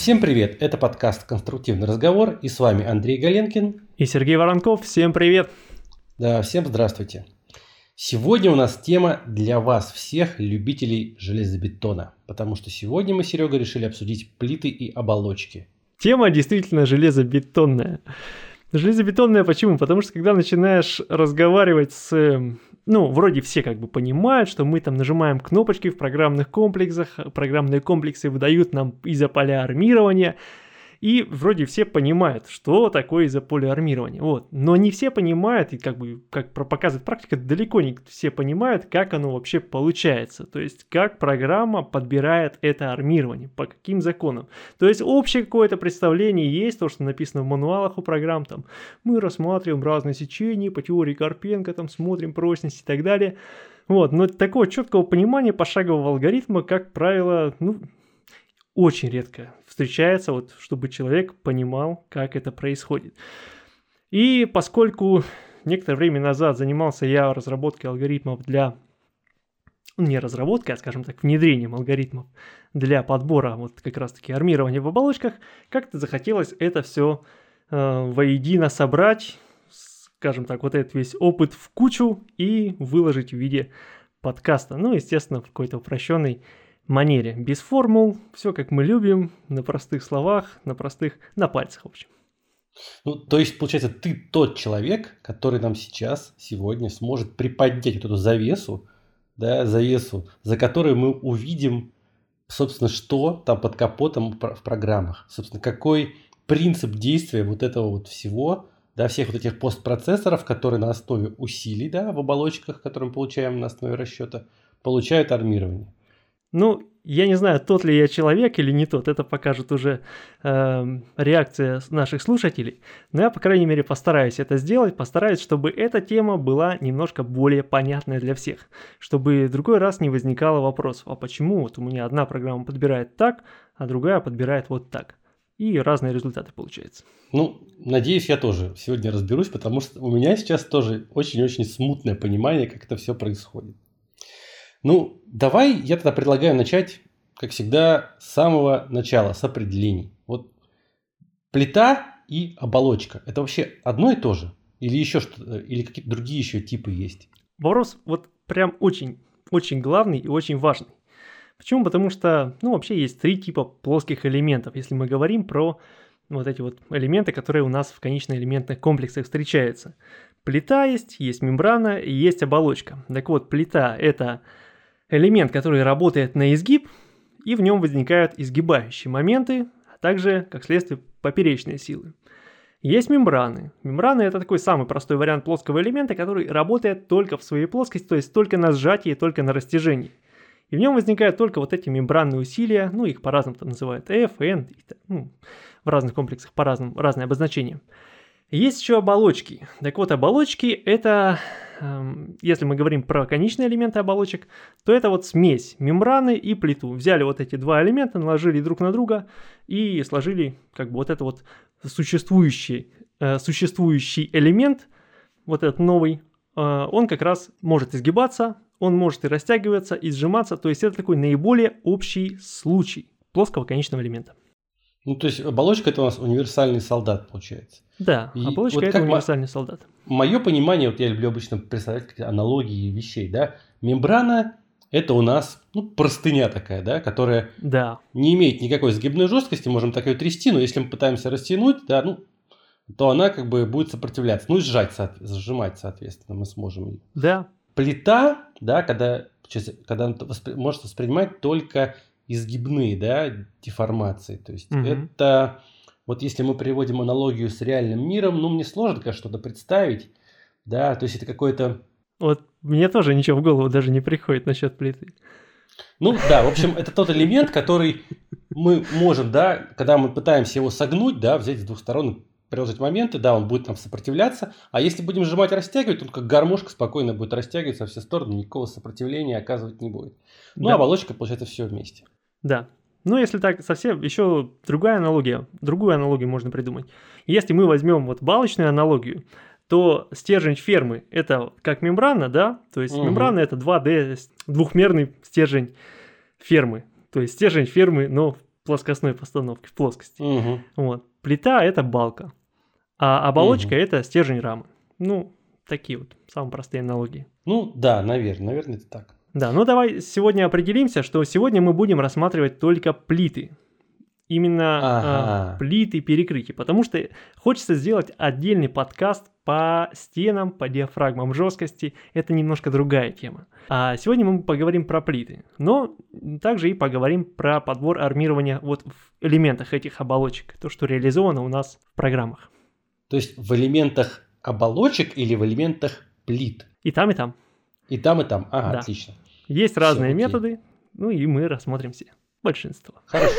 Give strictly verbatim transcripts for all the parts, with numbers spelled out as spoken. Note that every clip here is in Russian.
Всем привет, это подкаст «Конструктивный разговор» и с вами Андрей Галенкин и Сергей Воронков. Всем привет! Да, всем здравствуйте. Сегодня у нас тема для вас всех, любителей железобетона, потому что сегодня мы с Серегой решили обсудить плиты и оболочки. Тема действительно железобетонная. Железобетонная почему? Потому что когда начинаешь разговаривать с... Ну, вроде все как бы понимают, что мы там нажимаем кнопочки в программных комплексах, программные комплексы выдают нам изополя армирования, и вроде все понимают, что такое изополе армирования. Вот. Но не все понимают, и как бы, как показывает практика, далеко не все понимают, как оно вообще получается. То есть, как программа подбирает это армирование, по каким законам. То есть, общее какое-то представление есть, то, что написано в мануалах у программ, там, мы рассматриваем разные сечения по теории Карпенко, там, смотрим прочность и так далее. Вот. Но такого четкого понимания пошагового алгоритма, как правило, ну, очень редко встречается, вот, чтобы человек понимал, как это происходит. И поскольку некоторое время назад занимался я разработкой алгоритмов для... Не разработкой, а, скажем так, внедрением алгоритмов для подбора вот как раз-таки армирования в оболочках, как-то захотелось это все э, воедино собрать, скажем так, вот этот весь опыт в кучу и выложить в виде подкаста. Ну, естественно, в какой-то упрощенной манере, без формул, все как мы любим, на простых словах, на простых, на пальцах, в общем. Ну, то есть, получается, ты тот человек, который нам сейчас, сегодня сможет приподнять вот эту завесу, да, завесу, за которой мы увидим, собственно, что там под капотом в программах, собственно, какой принцип действия вот этого вот всего, да, всех вот этих постпроцессоров, которые на основе усилий, да, в оболочках, которые мы получаем на основе расчета, получают армирование. Ну, я не знаю, тот ли я человек или не тот, это покажет уже э, реакция наших слушателей, но я, по крайней мере, постараюсь это сделать, постараюсь, чтобы эта тема была немножко более понятная для всех, чтобы в другой раз не возникало вопросов, а почему вот у меня одна программа подбирает так, а другая подбирает вот так, и разные результаты получаются. Ну, надеюсь, я тоже сегодня разберусь, потому что у меня сейчас тоже очень-очень смутное понимание, как это все происходит. Ну, давай я тогда предлагаю начать, как всегда, с самого начала, с определений. Вот плита и оболочка – это вообще одно и то же? Или еще что-то, или какие-то другие еще типы есть? Вопрос вот прям очень, очень главный и очень важный. Почему? Потому что, ну, вообще есть три типа плоских элементов, если мы говорим про вот эти вот элементы, которые у нас в конечноэлементных комплексах встречаются. Плита есть, есть мембрана и есть оболочка. Так вот, плита – это элемент, который работает на изгиб, и в нем возникают изгибающие моменты, а также, как следствие, поперечные силы. Есть мембраны. Мембраны – это такой самый простой вариант плоского элемента, который работает только в своей плоскости, то есть только на сжатии, только на растяжении. И в нем возникают только вот эти мембранные усилия, ну, их по-разному там называют F, N, ну, в разных комплексах по-разному, разные обозначения. Есть еще оболочки. Так вот, оболочки – это, эм, если мы говорим про конечные элементы оболочек, то это вот смесь мембраны и плиту. Взяли вот эти два элемента, наложили друг на друга и сложили как бы вот это вот существующий, э, существующий элемент, вот этот новый, э, он как раз может изгибаться, он может и растягиваться, и сжиматься, то есть это такой наиболее общий случай плоского конечного элемента. Ну, то есть оболочка – это у нас универсальный солдат, получается. Да, и оболочка вот – это универсальный мо- солдат. Мое понимание, вот я люблю обычно представлять какие-то аналогии вещей, да. Мембрана – это у нас, ну, простыня такая, да, которая да. не имеет никакой сгибной жесткости, можем так ее трясти, но если мы пытаемся растянуть, да, ну, то она как бы будет сопротивляться. Ну, и сжать, сжимать, соответственно, мы сможем ее. Да. Плита, да, когда, когда она воспри- может воспринимать только изгибные, да, деформации. То есть угу. это, вот если мы приводим аналогию с реальным миром, ну, мне сложно, конечно, что-то представить, да, то есть это какой-то... Вот мне тоже ничего в голову даже не приходит насчет плиты. Ну, да, в общем, это тот элемент, который мы можем, да, когда мы пытаемся его согнуть, да, взять с двух сторон, приложить моменты, да, он будет там сопротивляться, а если будем сжимать и растягивать, он как гармошка спокойно будет растягиваться во все стороны, никакого сопротивления оказывать не будет. Ну, да. Оболочка, получается, все вместе. Да. Ну, если так совсем, еще другая аналогия, другую аналогию можно придумать. Если мы возьмем вот балочную аналогию, то стержень фермы – это как мембрана, да, то есть угу. мембрана – это два дэ, двухмерный стержень фермы. То есть стержень фермы, но плоскостной постановке, в плоскости. Угу. Вот. Плита – это балка, а оболочка Угу. – это стержень рамы. Ну, такие вот самые простые аналогии. Ну, да, наверное, наверное, это так. Да, ну давай сегодня определимся, что сегодня мы будем рассматривать только плиты. Именно Ага. э, плиты перекрытия, потому что хочется сделать отдельный подкаст по стенам, по диафрагмам жесткости. Это немножко другая тема. А сегодня мы поговорим про плиты, но также и поговорим про подбор армирования вот в элементах этих оболочек, то, что реализовано у нас в программах. То есть в элементах оболочек или в элементах плит? И там, и там. И там, и там. Ага, Да. отлично. Есть Всё, разные окей. методы, ну и мы рассмотрим все. Большинство. Хорошо.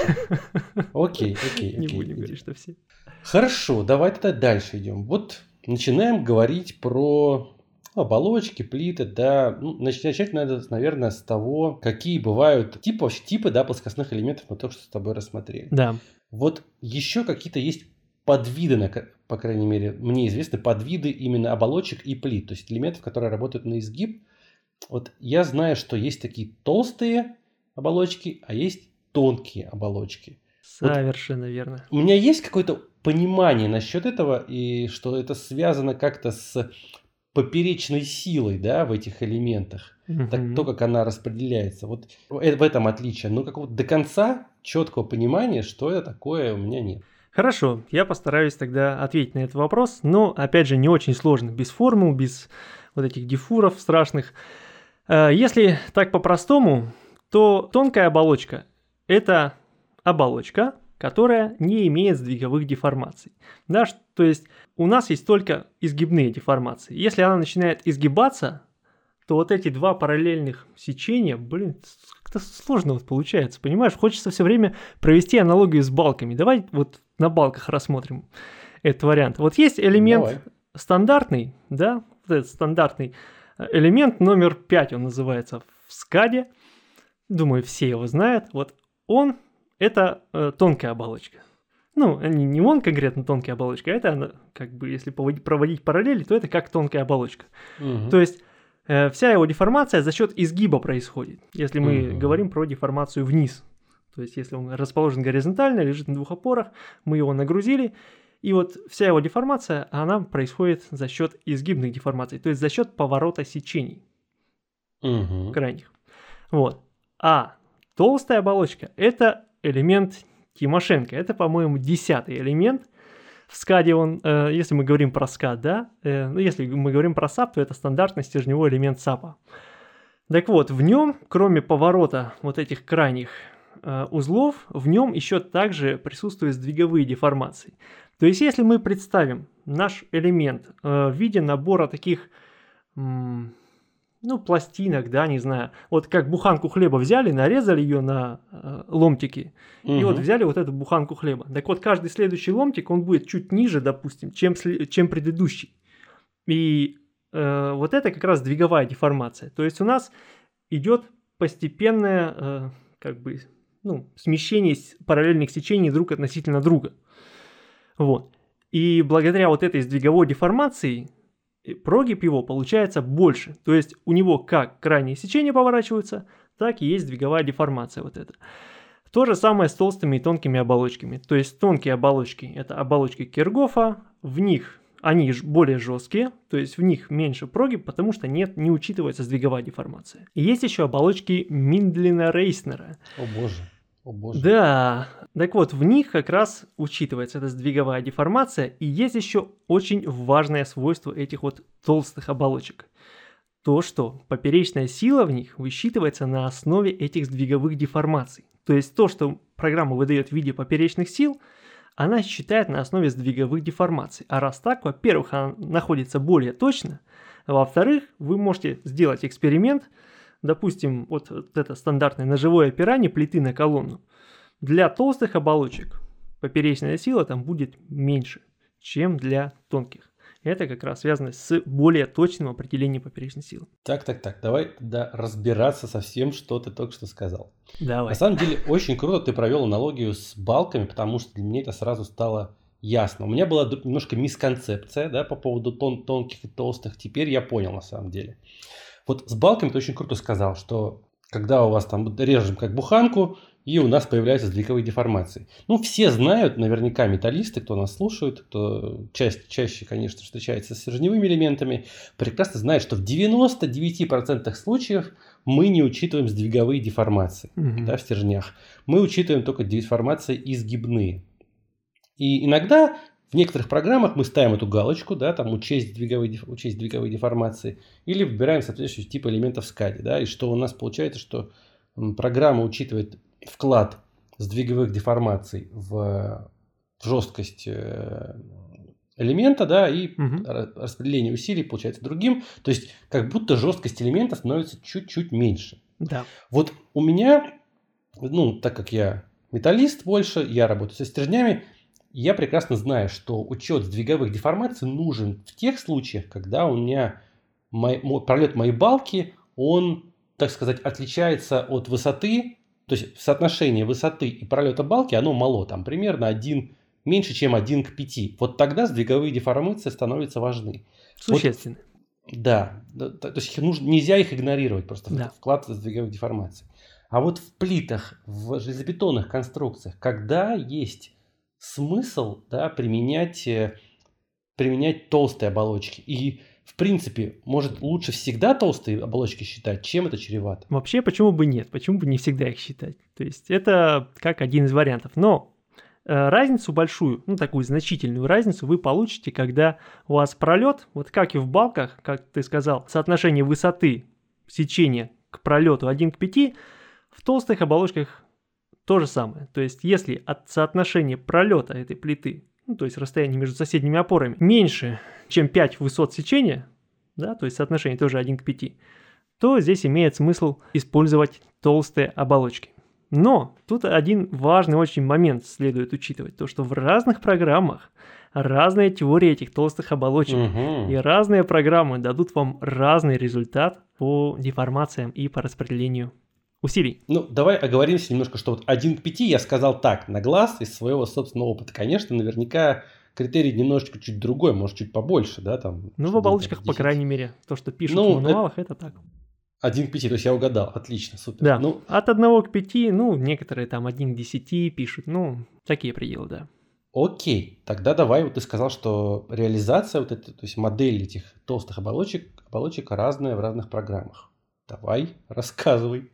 Окей, окей, Не окей. будем говорить, что все. Хорошо, давай тогда дальше идем. Вот начинаем говорить про оболочки, плиты, да. Ну, нач- начать надо, наверное, с того, какие бывают типы, вообще типы, да, плоскостных элементов, мы только что с тобой рассмотрели. Да. Вот еще какие-то есть подвиды, на ко- по крайней мере, мне известны подвиды именно оболочек и плит, то есть элементов, которые работают на изгиб. Вот я знаю, что есть такие толстые оболочки, а есть тонкие оболочки. Вот Совершенно верно. у меня есть какое-то понимание насчет этого, и что это связано как-то с поперечной силой, да, в этих элементах, так, Мгм. то, как она распределяется. Вот э- в этом отличие. Но какого-то до конца четкого понимания, что это такое, у меня нет. Хорошо, я постараюсь тогда ответить на этот вопрос, но, опять же, не очень сложно, без формул, без вот этих диффуров страшных. Э, Если так по-простому, то тонкая оболочка – это оболочка, которая не имеет сдвиговых деформаций. Да, ш- то есть у нас есть только изгибные деформации. Если она начинает изгибаться, то вот эти два параллельных сечения, блин, с- как-то сложно вот получается, понимаешь? Хочется все время провести аналогию с балками. Давай вот на балках рассмотрим этот вариант. Вот есть элемент Давай. стандартный, да, вот этот стандартный э, элемент номер пять, он называется в скаде. Думаю, все его знают. Вот он – это э, тонкая оболочка. Ну, не, не он конкретно тонкая оболочка, а это она, как бы, если поводи- проводить параллели, то это как тонкая оболочка. Мгм. То есть э, вся его деформация за счет изгиба происходит, если мы Мгм. говорим про деформацию вниз. То есть если он расположен горизонтально, лежит на двух опорах, мы его нагрузили, и вот вся его деформация, она происходит за счет изгибных деформаций, то есть за счет поворота сечений Мгм. крайних. Вот. А толстая оболочка – это элемент Тимошенко. Это, по-моему, десятый элемент. В скаде он, э, если мы говорим про скад, да, э, ну, если мы говорим про сап, то это стандартный стержневой элемент сапа. Так вот, в нем, кроме поворота вот этих крайних э, узлов, в нем еще также присутствуют сдвиговые деформации. То есть, если мы представим наш элемент э, в виде набора таких, м, ну, пластинок, да, не знаю, вот как буханку хлеба взяли, нарезали ее на э, ломтики, и вот Мгм. взяли вот эту буханку хлеба. Так вот, каждый следующий ломтик, он будет чуть ниже, допустим, чем, сле- чем предыдущий. И э, вот это как раз сдвиговая деформация. То есть у нас идет постепенное э, как бы, ну, смещение с- параллельных сечений друг относительно друга. Вот. И благодаря вот этой сдвиговой деформации э, прогиб его получается больше. То есть у него как крайние сечения поворачиваются, так и есть сдвиговая деформация вот эта. То же самое с толстыми и тонкими оболочками. То есть тонкие оболочки – это оболочки Киргофа, в них они ж- более жесткие, то есть в них меньше прогиб, потому что нет, не учитывается сдвиговая деформация. И есть еще оболочки Миндлина-Рейснера. О боже, о боже. Да, так вот, в них как раз учитывается эта сдвиговая деформация, и есть еще очень важное свойство этих вот толстых оболочек. То, что поперечная сила в них высчитывается на основе этих сдвиговых деформаций. То есть то, что программа выдает в виде поперечных сил, она считает на основе сдвиговых деформаций. А раз так, во-первых, она находится более точно, а во-вторых, вы можете сделать эксперимент, допустим, вот это стандартное ножевое опирание плиты на колонну. Для толстых оболочек поперечная сила там будет меньше, чем для тонких. Это как раз связано с более точным определением поперечной силы. Так, так, так, давай тогда разбираться со всем, что ты только что сказал. Давай. На самом деле, очень круто ты провел аналогию с балками, потому что для меня это сразу стало ясно. У меня была д- немножко мисконцепция, да, по поводу тон- тонких и толстых. Теперь я понял на самом деле. Вот с балками ты очень круто сказал, что когда у вас там режем как буханку, и у нас появляются сдвиговые деформации. Ну, все знают, наверняка металлисты, кто нас слушает, кто чаще, чаще, конечно, встречается с стержневыми элементами, прекрасно знают, что в девяноста девяти процентах случаев мы не учитываем сдвиговые деформации mm-hmm. да, в стержнях. Мы учитываем только деформации изгибные. И иногда в некоторых программах мы ставим эту галочку, да, там учесть сдвиговые, учесть сдвиговые деформации, или выбираем соответствующий тип элементов скади. Да, и что у нас получается, что программа учитывает вклад сдвиговых деформаций в, в жесткость элемента, да, и угу. распределение усилий получается другим. То есть как будто жесткость элемента становится чуть-чуть меньше. Да. Вот у меня, ну, так как я металлист больше, я работаю со стержнями, я прекрасно знаю, что учет сдвиговых деформаций нужен в тех случаях, когда у меня мой, мой, пролет моей балки, он, так сказать, отличается от высоты, то есть соотношение высоты и пролета балки, оно мало, там примерно один, меньше, чем один к пяти. Вот тогда сдвиговые деформации становятся важны. Существенно. Вот, да, то есть их нужно, нельзя их игнорировать, просто да. вклад сдвиговых деформаций. А вот в плитах, в железобетонных конструкциях, когда есть смысл, да, применять, применять толстые оболочки. И, в принципе, может лучше всегда толстые оболочки считать, чем это чревато. Вообще, почему бы нет? Почему бы не всегда их считать? То есть это как один из вариантов. Но э, разницу большую, ну такую значительную разницу вы получите, когда у вас пролет, вот как и в балках, как ты сказал, соотношение высоты сечения к пролету один к пяти, в толстых оболочках то же самое. То есть, если от соотношения пролета этой плиты, ну, то есть расстояние между соседними опорами, меньше, чем пять высот сечения, да, то есть соотношение тоже один к пяти, то здесь имеет смысл использовать толстые оболочки. Но тут один важный очень момент следует учитывать, то что в разных программах разная теория этих толстых оболочек, угу. и разные программы дадут вам разный результат по деформациям и по распределению усилий. Ну, давай оговоримся немножко, что вот один к пяти я сказал так, на глаз, из своего собственного опыта. Конечно, наверняка критерий немножечко чуть другой, может, чуть побольше, да, там. Ну, в оболочках, по крайней мере, то, что пишут ну, в мануалах, это, это так. один к пяти, то есть я угадал, отлично, супер. Да, ну, от одного к пяти, ну, некоторые там один к десяти пишут, ну, такие пределы, да. Окей, тогда давай, вот ты сказал, что реализация вот этой, то есть модель этих толстых оболочек, оболочек разная в разных программах. Давай, рассказывай.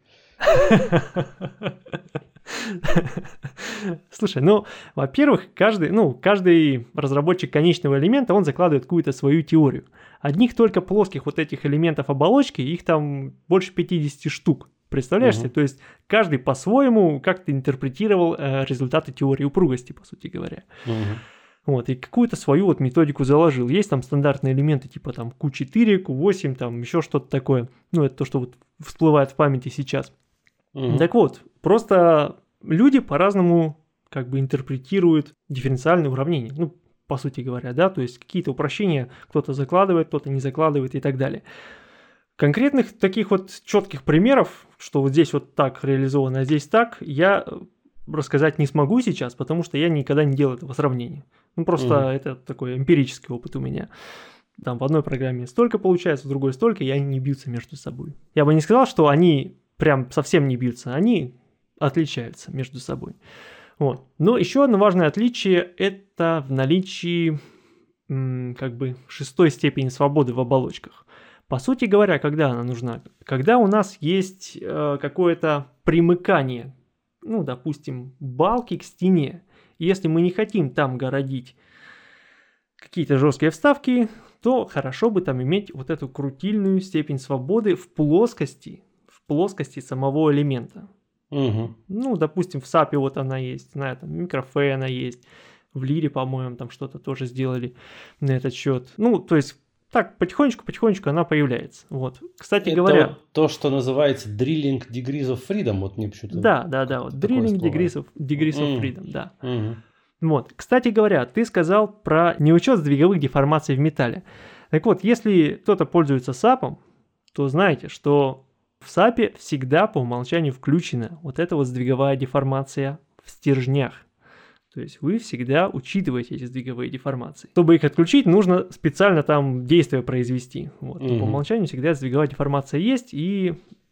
Слушай, ну, во-первых, каждый, ну, каждый разработчик конечного элемента, он закладывает какую-то свою теорию. Одних только плоских вот этих элементов оболочки, их там больше пятьдесят штук. Представляешь себе? Uh-huh. То есть каждый по-своему как-то интерпретировал э, результаты теории упругости, по сути говоря. Uh-huh. Вот, и какую-то свою вот методику заложил. Есть там стандартные элементы типа там ку четыре, ку восемь, там еще что-то такое. Ну, это то, что вот всплывает в памяти сейчас. Uh-huh. Так вот, просто люди по-разному как бы интерпретируют дифференциальные уравнения. Ну, по сути говоря, да, то есть какие-то упрощения кто-то закладывает, кто-то не закладывает и так далее. Конкретных таких вот четких примеров, что вот здесь вот так реализовано, а здесь так, я рассказать не смогу сейчас, потому что я никогда не делал этого сравнения. Ну, просто uh-huh. это такой эмпирический опыт у меня. Там в одной программе столько получается, в другой столько, и они не бьются между собой. Я бы не сказал, что они прям совсем не бьются, они отличаются между собой. Вот. Но еще одно важное отличие – это в наличии м, как бы шестой степени свободы в оболочках. По сути говоря, когда она нужна? Когда у нас есть э, какое-то примыкание, ну, допустим, балки к стене. И если мы не хотим там городить какие-то жесткие вставки, то хорошо бы там иметь вот эту крутильную степень свободы в плоскости, в плоскости самого элемента. Угу. Ну, допустим, в сапе вот она есть, знаю, там микрофей она есть, в лире, по-моему, там что-то тоже сделали на этот счет. Ну, то есть так, потихонечку-потихонечку она появляется. Вот. Кстати это говоря... Вот то, что называется drilling degrees of freedom, вот мне почему-то... Да, да, да, вот drilling degrees of, degrees of freedom, да. Mm-hmm. Вот. Кстати говоря, ты сказал про неучет сдвиговых деформаций в металле. Так вот, если кто-то пользуется сапом, то знаете, что в сапе всегда по умолчанию включена вот эта вот сдвиговая деформация в стержнях. То есть вы всегда учитываете эти сдвиговые деформации. Чтобы их отключить, нужно специально там действие произвести. Вот. Mm-hmm. По умолчанию всегда сдвиговая деформация есть, и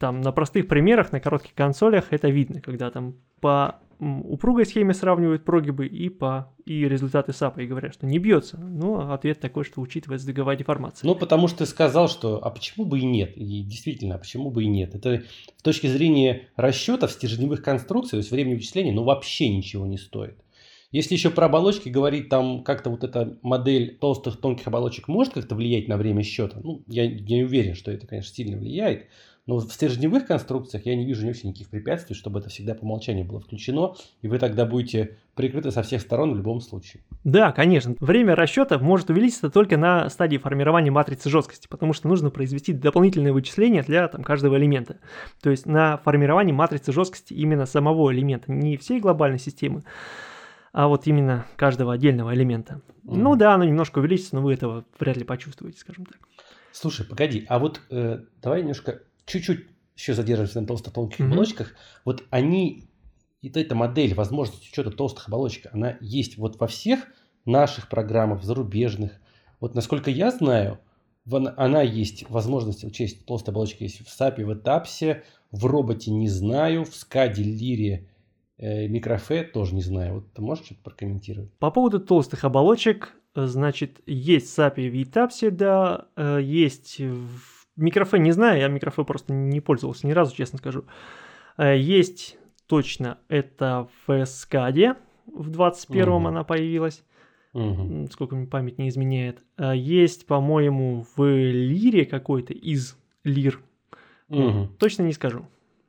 там на простых примерах, на коротких консолях это видно, когда там по упругой схеме сравнивают прогибы и по и результаты сапа и говорят, что не бьется. Ну, ответ такой, что учитывается дуговая деформация. Ну, потому что ты сказал, что а почему бы и нет? И действительно, а почему бы и нет? Это с точки зрения расчетов стержневых конструкций, то есть времени вычисления, ну, вообще ничего не стоит. Если еще про оболочки говорить, там как-то вот эта модель толстых, тонких оболочек может как-то влиять на время счета. Ну, я не уверен, что это, конечно, сильно влияет. Но в стержневых конструкциях я не вижу вообще никаких препятствий, чтобы это всегда по умолчанию было включено, и вы тогда будете прикрыты со всех сторон в любом случае. Да, конечно. Время расчета может увеличиться только на стадии формирования матрицы жесткости, потому что нужно произвести дополнительные вычисления для там, каждого элемента. То есть на формирование матрицы жесткости именно самого элемента, не всей глобальной системы, а вот именно каждого отдельного элемента. Mm. Ну да, оно немножко увеличится, но вы этого вряд ли почувствуете, скажем так. Слушай, погоди, а вот э, давай немножко... Чуть-чуть еще задержимся на толсто-тонких mm-hmm. оболочках. Вот они, и эта модель возможности учета толстых оболочек, она есть вот во всех наших программах, зарубежных. Вот насколько я знаю, она есть, возможность учесть толстые оболочки есть в сапе, в этапсе, в роботе не знаю, в скаде, лире, э, микрофе тоже не знаю. Вот ты можешь что-то прокомментировать? По поводу толстых оболочек, значит, есть в сапе, в этапсе, да, есть в микрофе не знаю, я микрофе просто не пользовался ни разу, честно скажу. Есть точно это в скаде, в двадцать первом угу. она появилась, угу. сколько мне память не изменяет. Есть, по-моему, в лире какой-то из лир, угу. точно не скажу.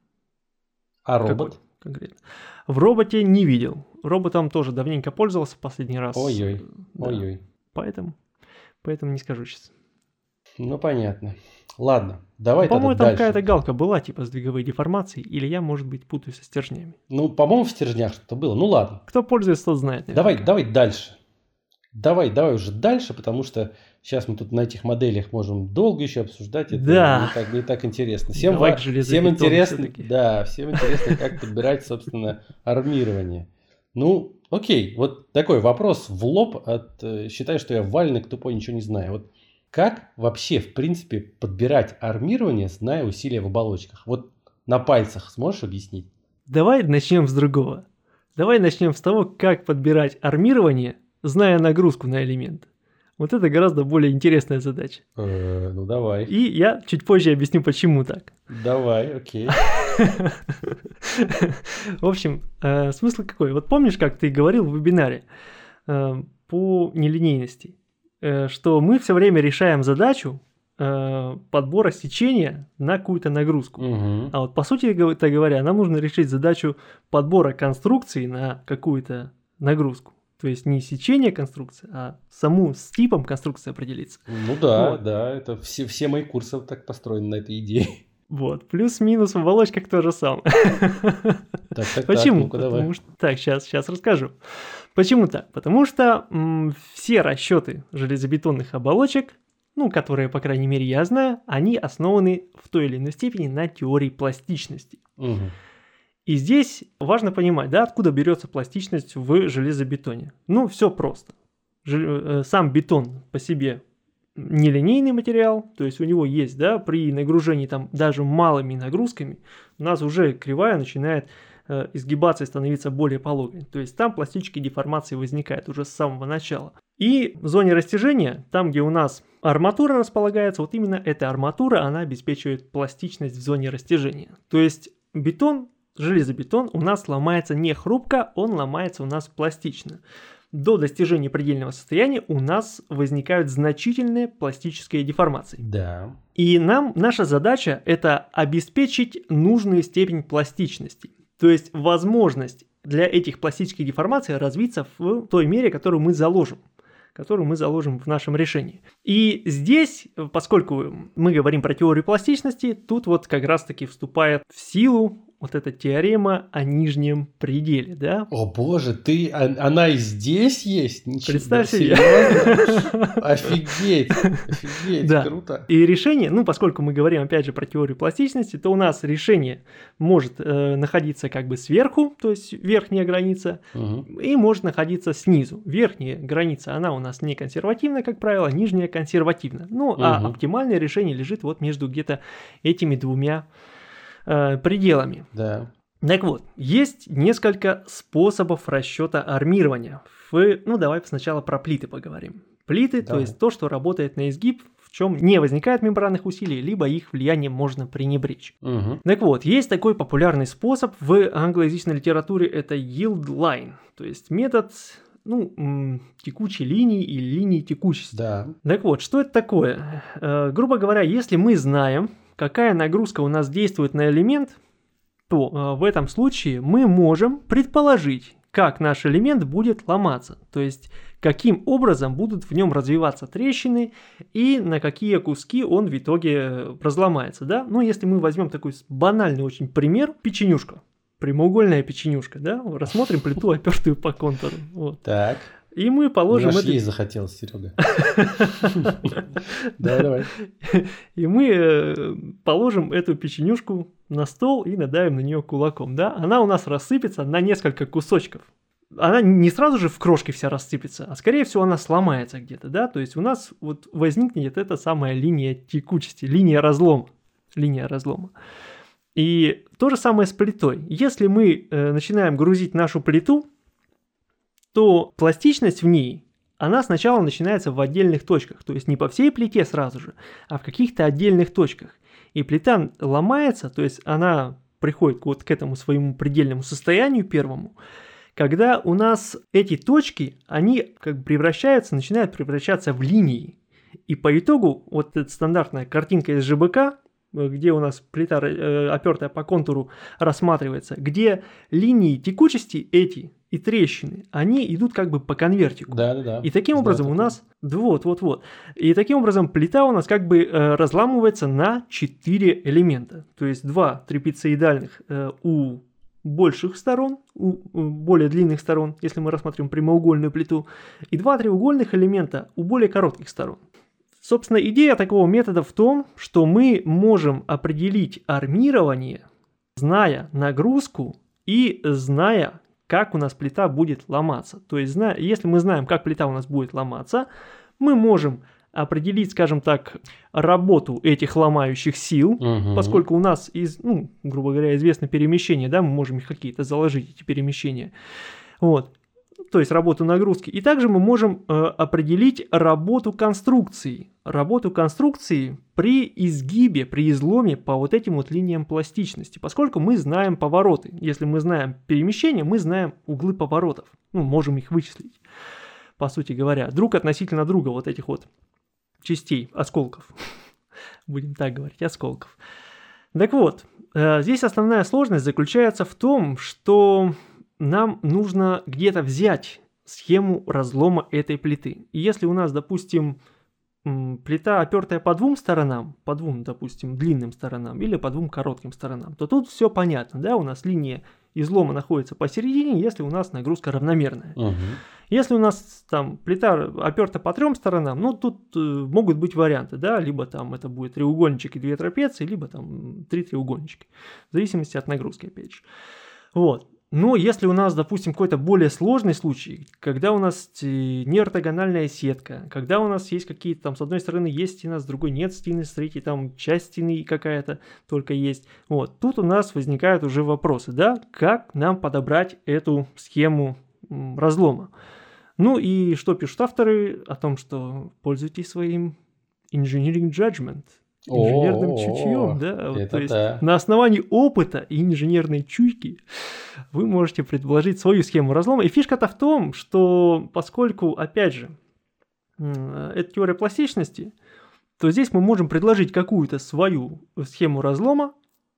А робот? Конкретно. В роботе не видел. Роботом тоже давненько пользовался в последний раз. Ой-ой, да. ой-ой. Поэтому, поэтому не скажу сейчас. Ну, понятно. Ладно, давай ну, тогда по-моему, там дальше. какая-то галка была, типа, с двиговой деформацией, или я, может быть, путаю со стержнями. Ну, по-моему, в стержнях что-то было. Ну, ладно. Кто пользуется, тот знает. Наверняка. Давай, давай дальше. Давай, давай уже дальше, потому что сейчас мы тут на этих моделях можем долго еще обсуждать. Это да. не, так, не так интересно. Всем, давай во, всем интересно, все-таки. да, всем интересно, как подбирать, собственно, армирование. Ну, окей, вот такой вопрос в лоб от считай, что я валенок тупой, ничего не знаю. Вот как вообще, в принципе, подбирать армирование, зная усилия в оболочках? Вот на пальцах сможешь объяснить? Давай начнем с другого. Давай начнем с того, как подбирать армирование, зная нагрузку на элемент. Вот это гораздо более интересная задача. Э, ну давай. И я чуть позже объясню, почему так. Давай, окей. В общем, смысл какой? Вот помнишь, как ты говорил в вебинаре по нелинейности? Что мы все время решаем задачу э, подбора сечения на какую-то нагрузку. Угу. А вот по сути говоря, нам нужно решить задачу подбора конструкции на какую-то нагрузку. То есть не сечение конструкции, а саму с типом конструкции определиться. Ну да, вот. да, это все, все мои курсы так построены на этой идее. Вот, плюс-минус в оболочках то же самое. Так, так, Почему? Так, ну-ка, Потому давай. что... Так, сейчас, сейчас расскажу. Почему так? Потому что м, все расчеты железобетонных оболочек, ну, которые, по крайней мере, я знаю, они основаны в той или иной степени на теории пластичности. Угу. И здесь важно понимать, да, откуда берется пластичность в железобетоне. Ну, все просто. Жел... Сам бетон по себе нелинейный материал, то есть у него есть, да, при нагружении там даже малыми нагрузками у нас уже кривая начинает э, изгибаться и становиться более пологой. То есть там пластические деформации возникают уже с самого начала. И в зоне растяжения, там где у нас арматура располагается, вот именно эта арматура, она обеспечивает пластичность в зоне растяжения. То есть бетон, железобетон у нас ломается не хрупко, он ломается у нас пластично. До достижения предельного состояния у нас возникают значительные пластические деформации. Да. И нам, наша задача – это обеспечить нужную степень пластичности. То есть возможность для этих пластических деформаций развиться в той мере, которую мы заложим. которую мы заложим в нашем решении. И здесь, поскольку мы говорим про теорию пластичности, тут вот как раз-таки вступает в силу вот эта теорема о нижнем пределе, да? О боже, ты, она и здесь есть? Ничего, представь себе. Офигеть, офигеть, да. Круто. И решение, ну, поскольку мы говорим опять же про теорию пластичности, то у нас решение может э, находиться как бы сверху, то есть верхняя граница, угу. и может находиться снизу. Верхняя граница, она у нас не консервативна, как правило, нижняя консервативна. Ну, угу. а оптимальное решение лежит вот между где-то этими двумя э, пределами. Да. Так вот, есть несколько способов расчета армирования. В, ну, давай сначала про плиты поговорим. Плиты, Давай. то есть то, что работает на изгиб, в чем не возникает мембранных усилий, либо их влиянием можно пренебречь. Угу. Так вот, есть такой популярный способ в англоязычной литературе, это yield line, то есть метод, ну, м, текучей линии или линии текучести. Да. Так вот, что это такое? Э, грубо говоря, если мы знаем, какая нагрузка у нас действует на элемент, то э, в этом случае мы можем предположить, как наш элемент будет ломаться, то есть каким образом будут в нем развиваться трещины и на какие куски он в итоге разломается, да? Ну, если мы возьмем такой банальный очень пример, печенюшка, прямоугольная печенюшка, да? Рассмотрим плиту, опертую по контуру. Вот. Так. И мы положим... Аж это... есть захотелось, Серега. Давай, давай. И мы положим эту печенюшку на стол и надавим на нее кулаком, да? Она у нас рассыпется на несколько кусочков. Она не сразу же в крошке вся рассыпется, а скорее всего она сломается где-то, да? То есть у нас вот возникнет эта самая линия текучести, линия разлома. Линия разлома. И то же самое с плитой. Если мы э, начинаем грузить нашу плиту, то пластичность в ней, она сначала начинается в отдельных точках, то есть не по всей плите сразу же, а в каких-то отдельных точках. И плита ломается, то есть она приходит вот к этому своему предельному состоянию первому, когда у нас эти точки, они как бы превращаются, начинают превращаться в линии. И по итогу вот эта стандартная картинка из ЖБК, где у нас плита, э, опертая по контуру, рассматривается, где линии текучести эти и трещины, они идут как бы по конвертику. Да, да, да. И таким Знаю образом такое. у нас... Вот, вот, вот. И таким образом плита у нас как бы э, разламывается на четыре элемента. То есть два трапециидальных э, у больших сторон, у, у более длинных сторон, если мы рассматриваем прямоугольную плиту, и два треугольных элемента у более коротких сторон. Собственно, идея такого метода в том, что мы можем определить армирование, зная нагрузку и зная, как у нас плита будет ломаться. То есть, зная, если мы знаем, как плита у нас будет ломаться, мы можем определить, скажем так, работу этих ломающих сил, Угу. поскольку у нас, из, ну, грубо говоря, известно перемещение, да, мы можем их какие-то заложить, эти перемещения. Вот. То есть работу нагрузки. И также мы можем э, определить работу конструкции. Работу конструкции при изгибе, при изломе по вот этим вот линиям пластичности. Поскольку мы знаем повороты. Если мы знаем перемещение, мы знаем углы поворотов. Ну, можем их вычислить, по сути говоря. Друг относительно друга вот этих вот частей, осколков. Будем так говорить, осколков. Так вот, э, здесь основная сложность заключается в том, что нам нужно где-то взять схему разлома этой плиты. И если у нас, допустим, плита, опертая по двум сторонам, по двум, допустим, длинным сторонам или по двум коротким сторонам, то тут все понятно, да, у нас линия излома находится посередине, если у нас нагрузка равномерная. Угу. Если у нас там плита оперта по трем сторонам, ну тут э, могут быть варианты, да, либо там это будет треугольничек и две трапеции, либо там три треугольничка, в зависимости от нагрузки, опять же. Вот. Но если у нас, допустим, какой-то более сложный случай, когда у нас неортогональная сетка, когда у нас есть какие-то там, с одной стороны есть стена, с другой нет стены, с третьей там часть стены какая-то только есть, вот, тут у нас возникают уже вопросы, да, как нам подобрать эту схему м, разлома. Ну и что пишут авторы о том, что пользуйтесь своим engineering judgment, инженерным О, чутьем, да, вот, это то есть да. на основании опыта и инженерной чуйки вы можете предложить свою схему разлома. И фишка-то в том, что поскольку, опять же, это теория пластичности, то здесь мы можем предложить какую-то свою схему разлома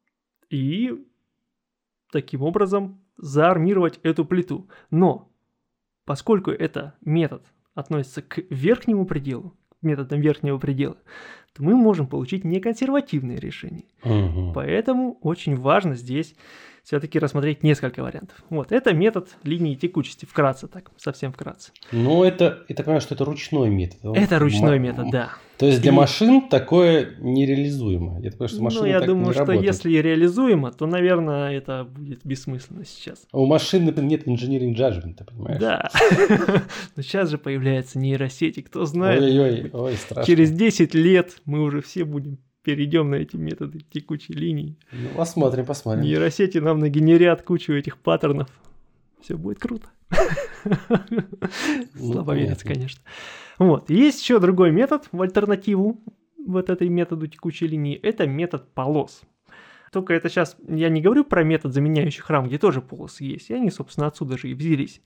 и таким образом заармировать эту плиту. Но поскольку это метод относится к верхнему пределу, методом верхнего предела, то мы можем получить неконсервативные решения. Угу. Поэтому очень важно здесь все-таки рассмотреть несколько вариантов. Вот, это метод линии текучести, вкратце так, совсем вкратце. Ну, это, я так понимаю, что это ручной метод. Это ручной М- метод, да. То есть для И- машин такое нереализуемо. Я так понимаю, что машины Ну, я так думаю, не что работают. если реализуемо, то, наверное, это будет бессмысленно сейчас. А у машин, например, нет engineering judgment, понимаешь? Да. Но сейчас же появляются нейросети, кто знает. Ой-ой-ой, ой, страшно. Через десять лет мы уже все будем перейдем на эти методы текучей линии. Ну, посмотрим, посмотрим. Нейросети нам нагенерят кучу этих паттернов. Все будет круто. Слабо верится, конечно. Вот. Есть еще другой метод в альтернативу вот этой методу текучей линии. Это метод полос. Только это сейчас я не говорю про метод, заменяющий храм, где тоже полосы есть. И они, собственно, отсюда же и взялись.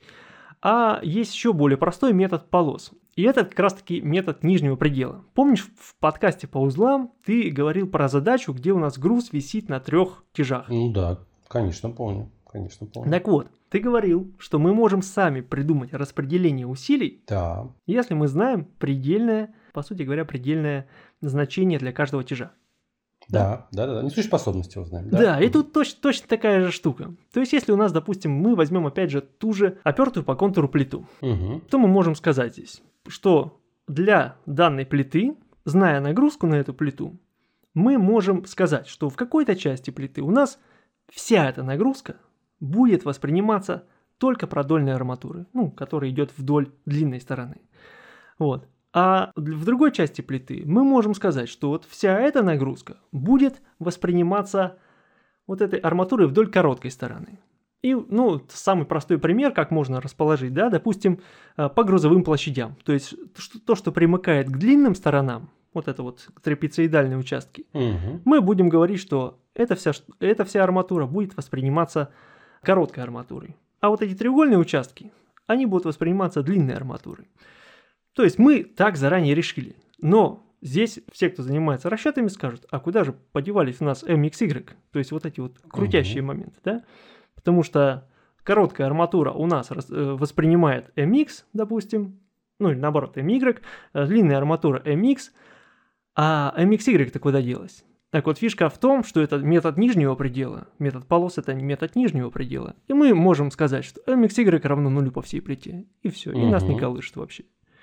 А есть еще более простой метод полос. И это как раз-таки метод нижнего предела. Помнишь, в подкасте по узлам ты говорил про задачу, где у нас груз висит на трех тяжах? Ну да, конечно, помню. Конечно, помню. Так вот, ты говорил, что мы можем сами придумать распределение усилий, да. Если мы знаем предельное, по сути говоря, предельное значение для каждого тяжа. Да, да, да, да. Несущие способности узнаем. Да, да и тут точ- точно такая же штука. То есть, если у нас, допустим, мы возьмем опять же ту же опертую по контуру плиту, угу. то мы можем сказать здесь, что для данной плиты, зная нагрузку на эту плиту, мы можем сказать, что в какой-то части плиты у нас вся эта нагрузка будет восприниматься только продольной арматуры, ну, которая идет вдоль длинной стороны. Вот. А в другой части плиты мы можем сказать, что вот вся эта нагрузка будет восприниматься вот этой арматурой вдоль короткой стороны. И, ну, самый простой пример, как можно расположить, да, допустим, по грузовым площадям. То есть то, что примыкает к длинным сторонам, вот это вот трапециидальные участки, угу. мы будем говорить, что эта вся, эта вся арматура будет восприниматься короткой арматурой. А вот эти треугольные участки, они будут восприниматься длинной арматурой. То есть мы так заранее решили. Но здесь все, кто занимается расчетами, скажут, а куда же подевались у нас эм икс игрек? То есть вот эти вот крутящие угу. моменты, да? Потому что короткая арматура у нас воспринимает эм икс, допустим, ну или наоборот эм игрек, длинная арматура эм икс, а эм икс игрек-то куда делась? Так вот, фишка в том, что это метод нижнего предела, метод полос – это метод нижнего предела. И мы можем сказать, что эм икс игрек равно нулю по всей плите. И все, и угу. нас не колышет вообще.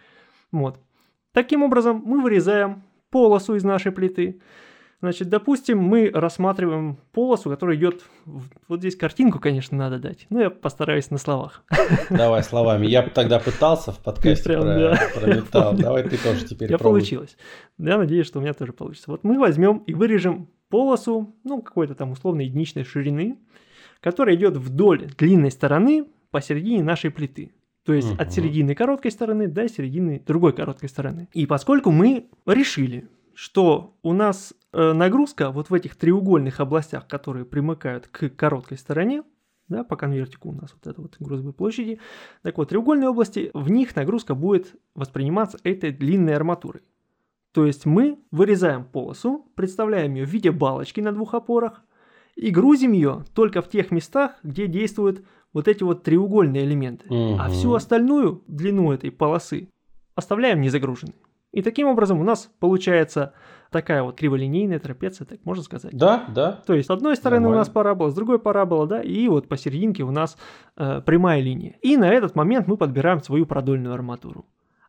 Вот. Таким образом, мы вырезаем полосу из нашей плиты. Значит, допустим, мы рассматриваем полосу, которая идет... В... Вот здесь картинку, конечно, надо дать. Но я постараюсь на словах. Давай словами. Я тогда пытался в подкасте прям, про, да. про металл. Давай ты тоже теперь Я пробуй. Получилось. Я надеюсь, что у меня тоже получится. Вот мы возьмем и вырежем полосу, ну, какой-то там условной единичной ширины, которая идет вдоль длинной стороны посередине нашей плиты. То есть угу. от середины короткой стороны до середины другой короткой стороны. И поскольку мы решили, что у нас э, нагрузка вот в этих треугольных областях, которые примыкают к короткой стороне, да, по конвертику у нас вот это вот грузовые площади, так вот, треугольные области, в них нагрузка будет восприниматься этой длинной арматурой. То есть мы вырезаем полосу, представляем ее в виде балочки на двух опорах и грузим ее только в тех местах, где действуют вот эти вот треугольные элементы. Угу. А всю остальную длину этой полосы оставляем незагруженной. И таким образом у нас получается такая вот криволинейная трапеция, так можно сказать. Да, да. То есть с одной стороны Нормально. У нас парабола, с другой парабола, да, и вот посерединке у нас э, прямая линия. И на этот момент мы подбираем свою продольную арматуру.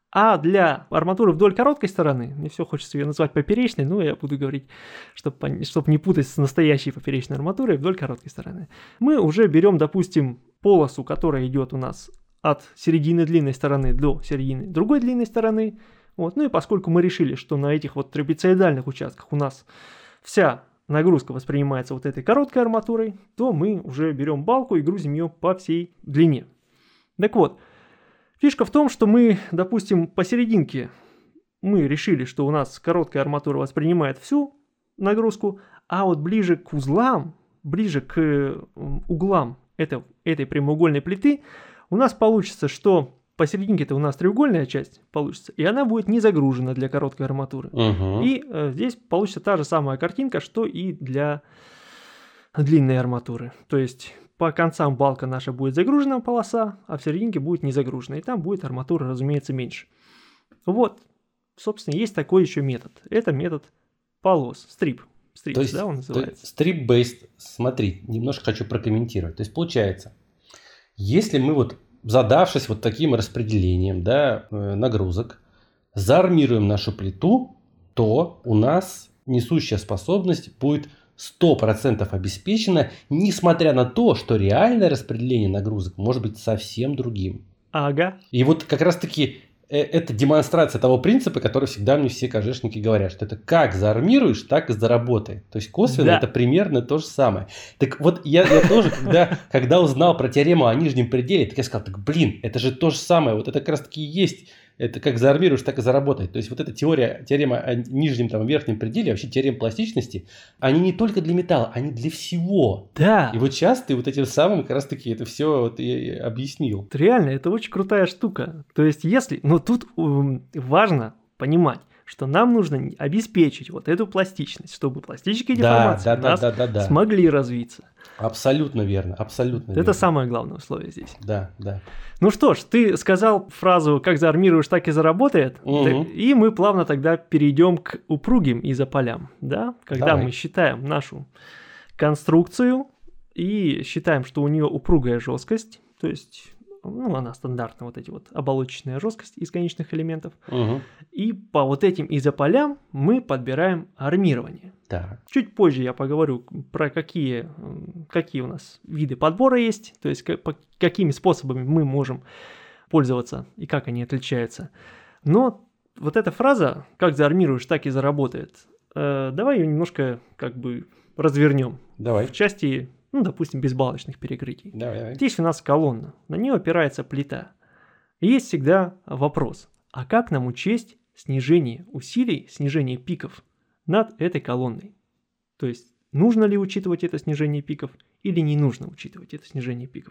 А для арматуры вдоль короткой стороны, мне все хочется ее назвать поперечной, но я буду говорить, чтобы чтоб не путать с настоящей поперечной арматурой вдоль короткой стороны. Мы уже берем, допустим, полосу, которая идет у нас от середины длинной стороны до середины другой длинной стороны. Вот. Ну и поскольку мы решили, что на этих вот трапециидальных участках у нас вся нагрузка воспринимается вот этой короткой арматурой, то мы уже берем балку и грузим ее по всей длине. Так вот, фишка в том, что мы, допустим, посерединке мы решили, что у нас короткая арматура воспринимает всю нагрузку, а вот ближе к узлам, ближе к углам этой, этой прямоугольной плиты у нас получится, что посерединке-то у нас треугольная часть получится, и она будет не загружена для короткой арматуры. Угу. И э, здесь получится та же самая картинка, что и для длинной арматуры. То есть по концам балка наша будет загружена полоса, а в серединке будет не загружена. И там будет арматура, разумеется, меньше. Вот, собственно, есть такой еще метод. Это метод полос, стрип. Стрип, то есть, да, он называется. Стрип-бейст, смотри, немножко хочу прокомментировать. То есть получается, если мы вот, задавшись вот таким распределением, да, нагрузок, заармируем нашу плиту, то у нас несущая способность будет сто процентов обеспечена, несмотря на то, что реальное распределение нагрузок может быть совсем другим. Ага. И вот как раз таки это демонстрация того принципа, который всегда мне все КЖшники говорят, что это как заармируешь, так и заработает. То есть косвенно да. это примерно то же самое. Так вот я, я тоже, когда, когда узнал про теорему о нижнем пределе, так я сказал, так блин, это же то же самое, вот это как раз таки и есть. Это как заармируешь, так и заработает. То есть вот эта теория, теорема о нижнем, там, верхнем пределе, вообще теорема пластичности, они не только для металла, они для всего. Да. И вот сейчас ты вот этим самым как раз таки это все вот и объяснил. Реально, это очень крутая штука. То есть если... Но тут важно понимать, что нам нужно обеспечить вот эту пластичность, чтобы пластические деформации да, у да, нас да, да, да. смогли развиться. Абсолютно верно, абсолютно Это верно. самое главное условие здесь. Да, да. Ну что ж, ты сказал фразу «как заармируешь, так и заработает», угу. и мы плавно тогда перейдем к упругим изополям, да? Когда Давай. мы считаем нашу конструкцию и считаем, что у нее упругая жесткость, то есть... Ну, она стандартная, вот эти вот оболочечная жесткость из конечных элементов. Угу. И по вот этим изополям мы подбираем армирование. Так. Чуть позже я поговорю про какие, какие у нас виды подбора есть, то есть как, какими способами мы можем пользоваться и как они отличаются. Но вот эта фраза «как заармируешь, так и заработает», э, давай ее немножко как бы развернем. Давай. В части... Ну, допустим, безбалочных перекрытий. Давай, давай. Здесь у нас колонна, на нее опирается плита. И есть всегда вопрос, а как нам учесть снижение усилий, снижение пиков над этой колонной? То есть, нужно ли учитывать это снижение пиков или не нужно учитывать это снижение пиков?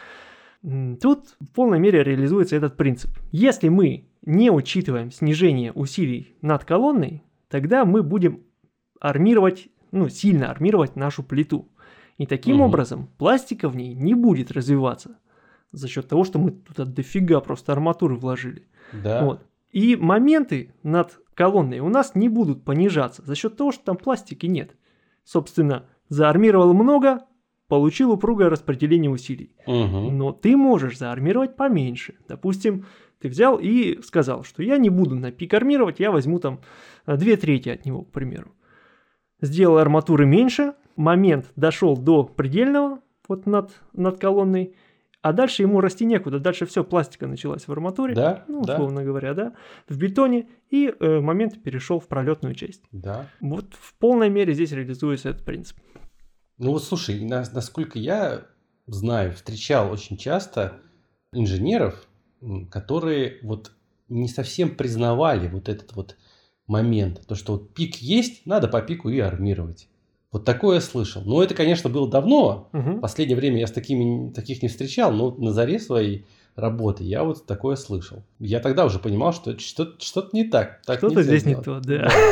Тут в полной мере реализуется этот принцип. Если мы не учитываем снижение усилий над колонной, тогда мы будем армировать, ну, сильно армировать нашу плиту. И таким угу. образом пластика в ней не будет развиваться за счет того, что мы туда дофига просто арматуры вложили. Да. Вот. И моменты над колонной у нас не будут понижаться за счет того, что там пластики нет. Собственно, заармировал много, получил упругое распределение усилий. Угу. Но ты можешь заармировать поменьше. Допустим, ты взял и сказал, что я не буду на пик армировать, я возьму там две трети от него, к примеру. Сделал арматуры меньше, момент дошел до предельного, вот над, над колонной, а дальше ему расти некуда, дальше все, пластика началась в арматуре, да, ну, да. условно говоря, да, в бетоне, и э, момент перешел в пролетную часть. Да. Вот в полной мере здесь реализуется этот принцип. Ну вот слушай, насколько я знаю, встречал очень часто инженеров, которые вот не совсем признавали вот этот вот момент, то что вот пик есть, надо по пику и армировать. Вот такое я слышал. Но это, конечно, было давно. Угу. В последнее время я с такими, таких не встречал, но на заре своей работы я вот такое слышал. Я тогда уже понимал, что что-то, что-то не так. так что-то здесь делать. Не то,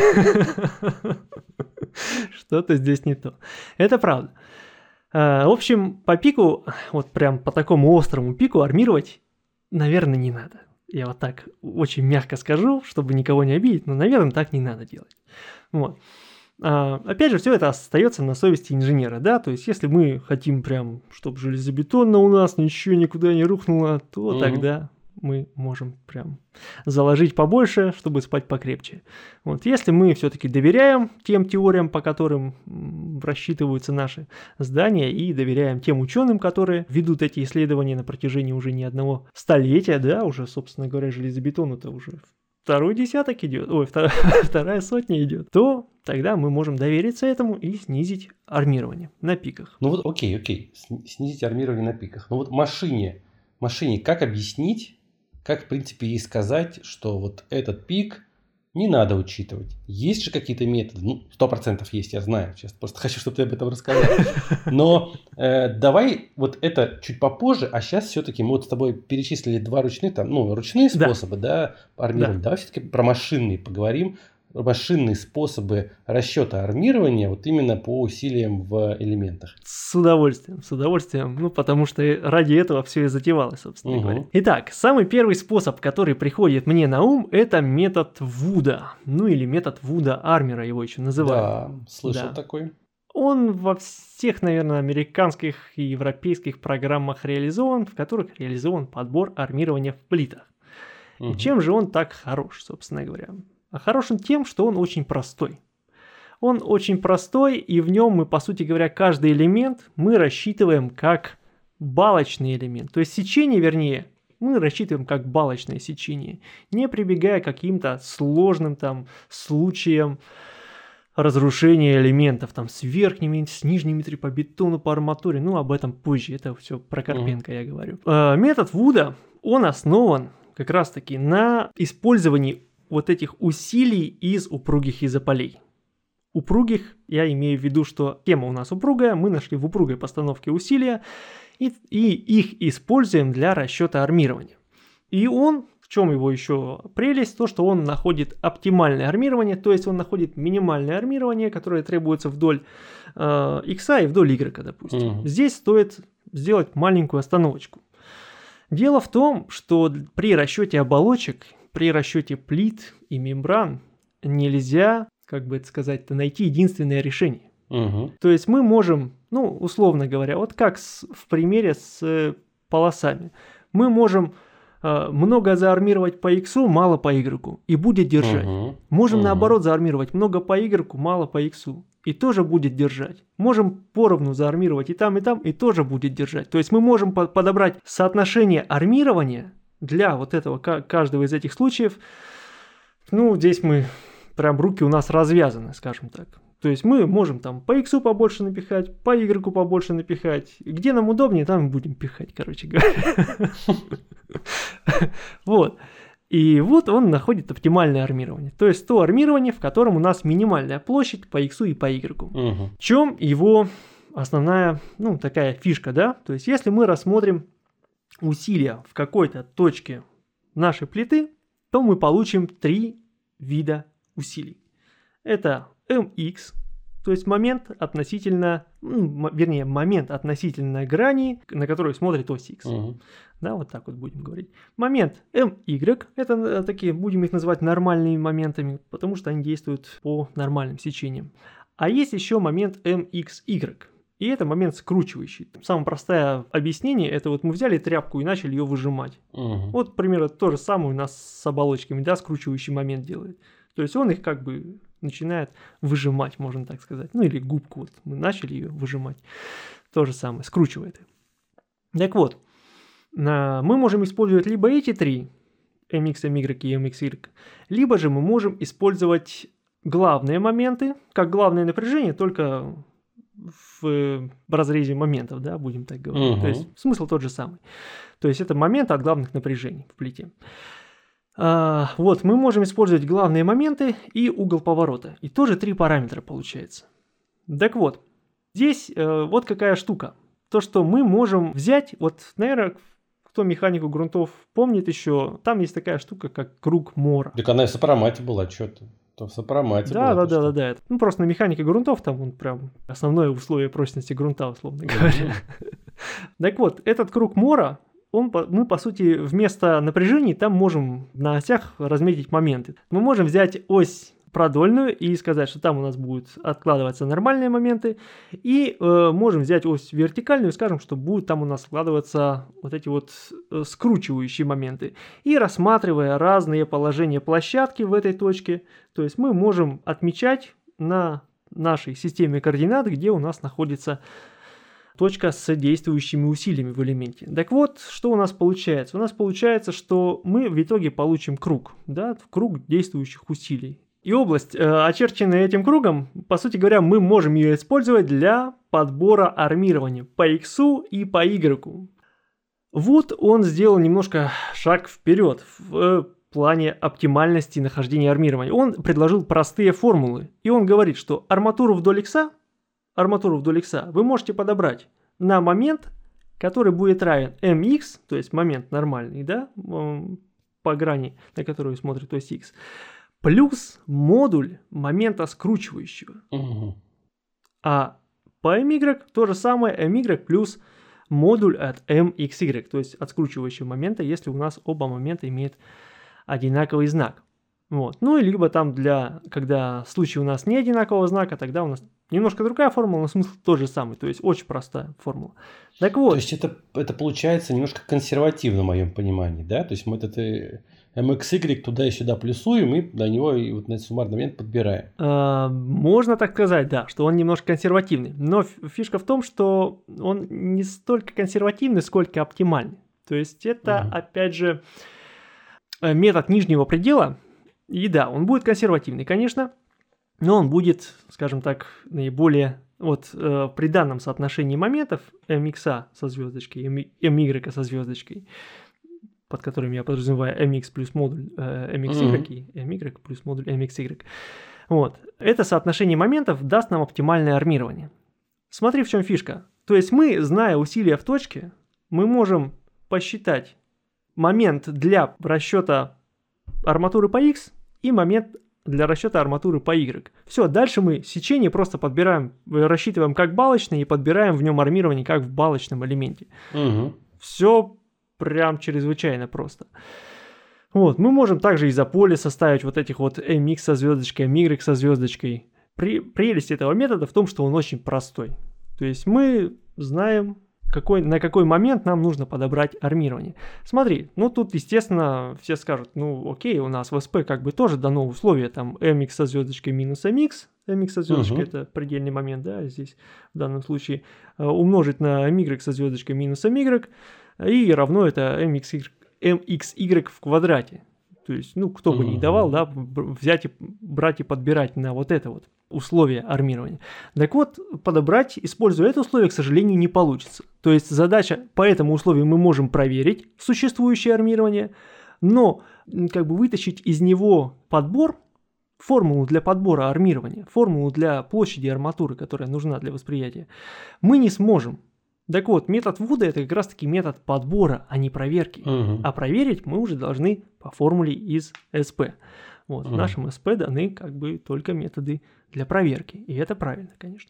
да. Что-то здесь не то. Это правда. В общем, по пику, вот прям по такому острому пику армировать, наверное, не надо. Я вот так очень мягко скажу, чтобы никого не обидеть, но, наверное, так не надо делать. Вот. А, опять же, все это остается на совести инженера, да, то есть если мы хотим прям, чтобы железобетонно у нас ничего никуда не рухнуло, то угу. тогда мы можем прям заложить побольше, чтобы спать покрепче. Вот. Если мы все-таки доверяем тем теориям, по которым рассчитываются наши здания, и доверяем тем ученым, которые ведут эти исследования на протяжении уже не одного столетия, да, уже, собственно говоря, железобетон это уже второй десяток идет, ой, вторая, вторая сотня идет, то тогда мы можем довериться этому и снизить армирование на пиках. Ну вот окей, окей, снизить армирование на пиках. Ну вот машине, машине как объяснить, как, в принципе, ей сказать, что вот этот пик не надо учитывать. Есть же какие-то методы? Ну, сто процентов есть, я знаю. Сейчас просто хочу, чтобы ты об этом рассказал. Но э, давай вот это чуть попозже, а сейчас все-таки мы вот с тобой перечислили два ручных, там, ну, ручные способы, да, да армирования. Да. Давай все-таки про машинные поговорим. Машинные способы расчета армирования вот именно по усилиям в элементах. С удовольствием, с удовольствием, ну потому что ради этого все и затевалось, собственно угу. говоря. Итак, самый первый способ, который приходит мне на ум, это метод Вуда, ну или метод Вуда-Армера его еще называют. Да, слышал да. такой. Он во всех, наверное, американских и европейских программах реализован, в которых реализован подбор армирования в плитах. Угу. И чем же он так хорош, собственно говоря? А хорош он тем, что он очень простой. Он очень простой, и в нем мы, по сути говоря, каждый элемент мы рассчитываем как балочный элемент. То есть сечение, вернее, Мы рассчитываем как балочное сечение, не прибегая к каким-то сложным там случаям разрушения элементов там с верхними, с нижними по бетону, по арматуре. Ну, об этом позже, это все про Карпенко mm-hmm. я говорю. Э, метод Вуда, он основан как раз-таки на использовании вот этих усилий из упругих изополей. Упругих, я имею в виду, что тема у нас упругая, мы нашли в упругой постановке усилия и, и их используем для расчета армирования. И он, в чем его еще прелесть, то, что он находит оптимальное армирование, то есть он находит минимальное армирование, которое требуется вдоль э, X и вдоль Y, допустим. Mm-hmm. Здесь стоит сделать маленькую остановочку. Дело в том, что при расчете оболочек, при расчете плит и мембран нельзя, как бы это сказать, найти единственное решение. Угу. То есть мы можем, ну, условно говоря, вот как с, в примере с э, полосами, мы можем э, много заармировать по X, мало по Y, и будет держать. Угу. Можем угу. наоборот заармировать много по Y, мало по X, и тоже будет держать. Можем поровну заармировать и там, и там, и тоже будет держать. То есть мы можем по- подобрать соотношение армирования для вот этого, каждого из этих случаев. Ну, здесь мы, прям руки у нас развязаны, скажем так. То есть мы можем там по X побольше напихать, по Y побольше напихать. Где нам удобнее, там мы будем пихать, короче говоря. Вот. И вот он находит оптимальное армирование. То есть то армирование, в котором у нас минимальная площадь по X и по Y. Угу. В чем его основная, ну, такая фишка, да? То есть если мы рассмотрим усилия в какой-то точке нашей плиты, то мы получим три вида усилий. Это эм икс, то есть момент относительно, ну, вернее, момент относительно грани, на которую смотрит ось X. Угу. Да, вот так вот будем говорить. Момент эм игрек, это такие, будем их называть нормальными моментами, потому что они действуют по нормальным сечениям. А есть еще момент эм икс игрек. И это момент скручивающий. Самое простое объяснение, это вот мы взяли тряпку и начали ее выжимать. Угу. Вот, примерно, то же самое у нас с оболочками, да, скручивающий момент делает. То есть он их как бы начинает выжимать, можно так сказать. Ну или губку, вот мы начали ее выжимать. То же самое, скручивает. Так вот, мы можем использовать либо эти три, эм икс, эм игрек и эм икс игрек, либо же мы можем использовать главные моменты, как главное напряжение, только в разрезе моментов, да, будем так говорить. Угу. То есть смысл тот же самый. То есть это момент от главных напряжений в плите. А, вот, мы можем использовать главные моменты и угол поворота. И тоже три параметра получается. Так вот, здесь э, вот какая штука. То, что мы можем взять, вот, наверное, кто механику грунтов помнит еще, там есть такая штука, как круг Мора. Так она и в сопромате была, что-то. В сопромате да, была. Да, да, да, да. Ну, просто на механике грунтов там он прям основное условие прочности грунта, условно говоря. Так вот, этот круг Мора, он, мы, по сути, вместо напряжений там можем на осях разметить моменты. Мы можем взять ось продольную и сказать, что там у нас будут откладываться нормальные моменты, и э, можем взять ось вертикальную и скажем, что будут там у нас складываться вот эти вот э, скручивающие моменты. И рассматривая разные положения площадки в этой точке, то есть мы можем отмечать на нашей системе координат, где у нас находится точка с действующими усилиями в элементе. Так вот, что у нас получается? У нас получается, что мы в итоге получим круг, да, круг действующих усилий. И область, э, очерченная этим кругом, по сути говоря, мы можем ее использовать для подбора армирования по X и по Y. Вот он сделал немножко шаг вперед в плане оптимальности нахождения армирования. Он предложил простые формулы. И он говорит, что арматуру вдоль X, арматуру вдоль X вы можете подобрать на момент, который будет равен эм икс, то есть момент нормальный, да, по грани, на которую смотрит ось X, плюс модуль момента скручивающего. Угу. А по эм игрек то же самое, эм игрек плюс модуль от эм икс игрек, то есть от скручивающего момента, если у нас оба момента имеют одинаковый знак. Вот. Ну и либо там для, когда случай у нас не одинакового знака, тогда у нас немножко другая формула, но смысл тот же самый, то есть очень простая формула. Так вот. То есть это, это получается немножко консервативно в моем понимании, да? То есть мы этот эм икс игрек туда и сюда плюсуем и на него и вот на этот суммарный момент подбираем. А, можно так сказать, да, что он немножко консервативный, но фишка в том, что он не столько консервативный, сколько оптимальный. То есть это, Мгм. опять же, э, метод нижнего предела. И да, он будет консервативный, конечно, но он будет, скажем так, наиболее... Вот э, при данном соотношении моментов mx со звездочкой, my со звездочкой, под которым я подразумеваю mx плюс модуль э, mxy Мгм. и my плюс модуль mxy. Вот. Это соотношение моментов даст нам оптимальное армирование. Смотри, в чем фишка. То есть мы, зная усилия в точке, мы можем посчитать момент для расчета арматуры по x и момент для расчета арматуры по y. Все, дальше мы сечение просто подбираем, рассчитываем как балочное и подбираем в нем армирование как в балочном элементе. Мгм. Все прям чрезвычайно просто. Вот, мы можем также из-за поля составить вот этих вот mx со звездочкой, my со звездочкой. При, прелесть этого метода в том, что он очень простой. То есть мы знаем, какой, на какой момент нам нужно подобрать армирование. Смотри, ну тут, естественно, все скажут, ну окей, у нас в СП как бы тоже дано условие, там mx со звездочкой минус mx, mx со звездочкой Мгм. это предельный момент, да, здесь в данном случае, э, умножить на my со звездочкой минус my, и равно это mxy, mxy в квадрате. То есть, ну, кто бы ни давал, да, б- взять и брать и подбирать на вот это вот условие армирования. Так вот, подобрать, используя это условие, к сожалению, не получится. То есть задача по этому условию мы можем проверить существующее армирование, но м, как бы вытащить из него подбор, формулу для подбора армирования, формулу для площади арматуры, которая нужна для восприятия, мы не сможем. Так вот, метод Вуда – это как раз-таки метод подбора, а не проверки. Мгм. А проверить мы уже должны по формуле из СП. Вот, в Мгм. нашем СП даны как бы только методы для проверки. И это правильно, конечно.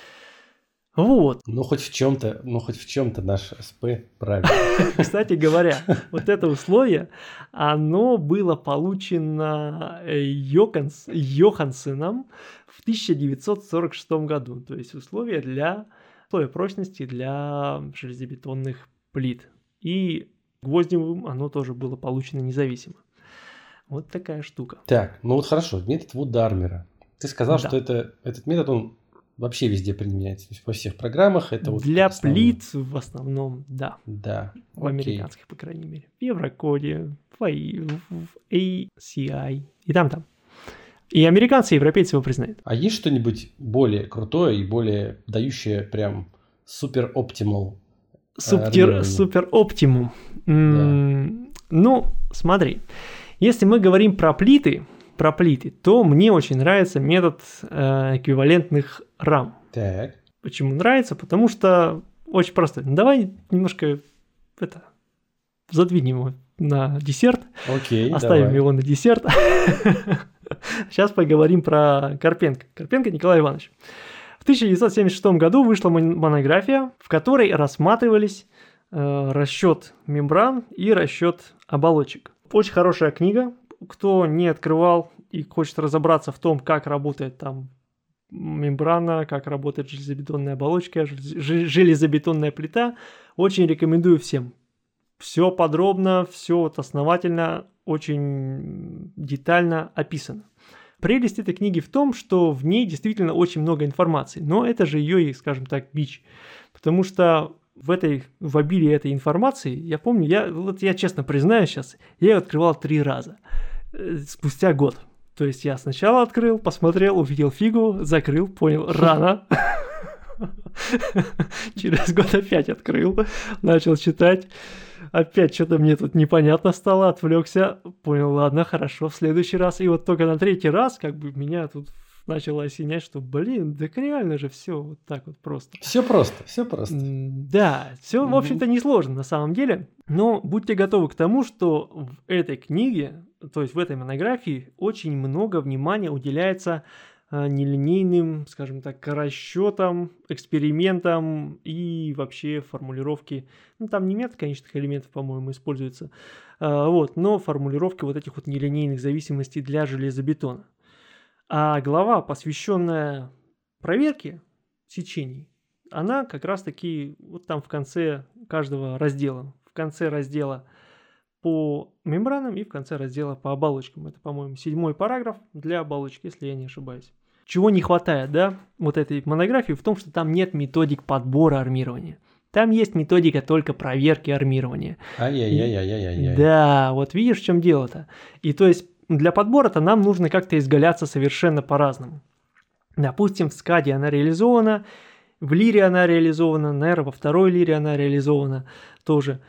Вот. Ну, хоть в чем-то, ну, хоть в чем-то наш СП правильно. Кстати говоря, вот это условие, оно было получено э, Йоканс, Йохансеном в тысяча девятьсот сорок шестом году. То есть условие для условие прочности для железобетонных плит. И Гвоздевым оно тоже было получено независимо. Вот такая штука. Так, ну вот хорошо, метод Вудармера. Ты сказал, Да. что это, этот метод, он вообще везде применяется, то есть во всех программах. Это вот Для основной. плит в основном, да. Да, В окей. американских, по крайней мере. В Еврокоде, в, эй- в эй си ай. И там-там. И американцы, и европейцы его признают. А есть что-нибудь более крутое и более дающее прям супер оптимал? Супер, армирование. супер оптимум. М, Ну, смотри. Если мы говорим про плиты, про плиты, то мне очень нравится метод э, эквивалентных рам. Так. Почему нравится? Потому что очень просто. Давай немножко это задвинем его на десерт. Окей, Оставим давай. его на десерт. Сейчас поговорим про Карпенко. Карпенко Николай Иванович. В тысяча девятьсот семьдесят шестом году вышла мон- монография, в которой рассматривались э, расчет мембран и расчет оболочек. Очень хорошая книга. Кто не открывал и хочет разобраться в том, как работает там мембрана, как работает железобетонная оболочка, жел- железобетонная плита, очень рекомендую всем. Все подробно, все вот основательно, очень детально описано. Прелесть этой книги в том, что в ней действительно очень много информации, но это же ее, скажем так, бич. Потому что в, этой, в обилии этой информации, я помню, я, вот я честно признаюсь сейчас, я ее открывал три раза э, спустя год. То есть я сначала открыл, посмотрел, увидел фигу, закрыл, понял, рано. Через год опять открыл, начал читать. Опять что-то мне тут непонятно стало, отвлекся. Понял, ладно, хорошо, в следующий раз. И вот только на третий раз как бы меня тут начало осенять, что, блин, так реально же все вот так вот просто. Все просто, все просто. М, Да, все, в Мгм. общем-то, несложно на самом деле, но будьте готовы к тому, что в этой книге, то есть в этой монографии, очень много внимания уделяется а, нелинейным, скажем так, расчетам, экспериментам и вообще формулировке, ну там не метод конечных элементов, по-моему, используется, а, вот, но формулировки вот этих вот нелинейных зависимостей для железобетона. А глава, посвященная проверке сечений, она как раз-таки вот там в конце каждого раздела. В конце раздела по мембранам и в конце раздела по оболочкам. Это, по-моему, седьмой параграф для оболочки, если я не ошибаюсь. Чего не хватает, да, вот этой монографии, в том, что там нет методик подбора армирования. Там есть методика только проверки армирования. Ай-яй-яй-яй-яй-яй. Да, вот видишь, в чем дело-то. И то есть для подбора-то нам нужно как-то изгаляться совершенно по-разному. Допустим, в скаде она реализована, в лире она реализована, наверное, во второй лире она реализована тоже.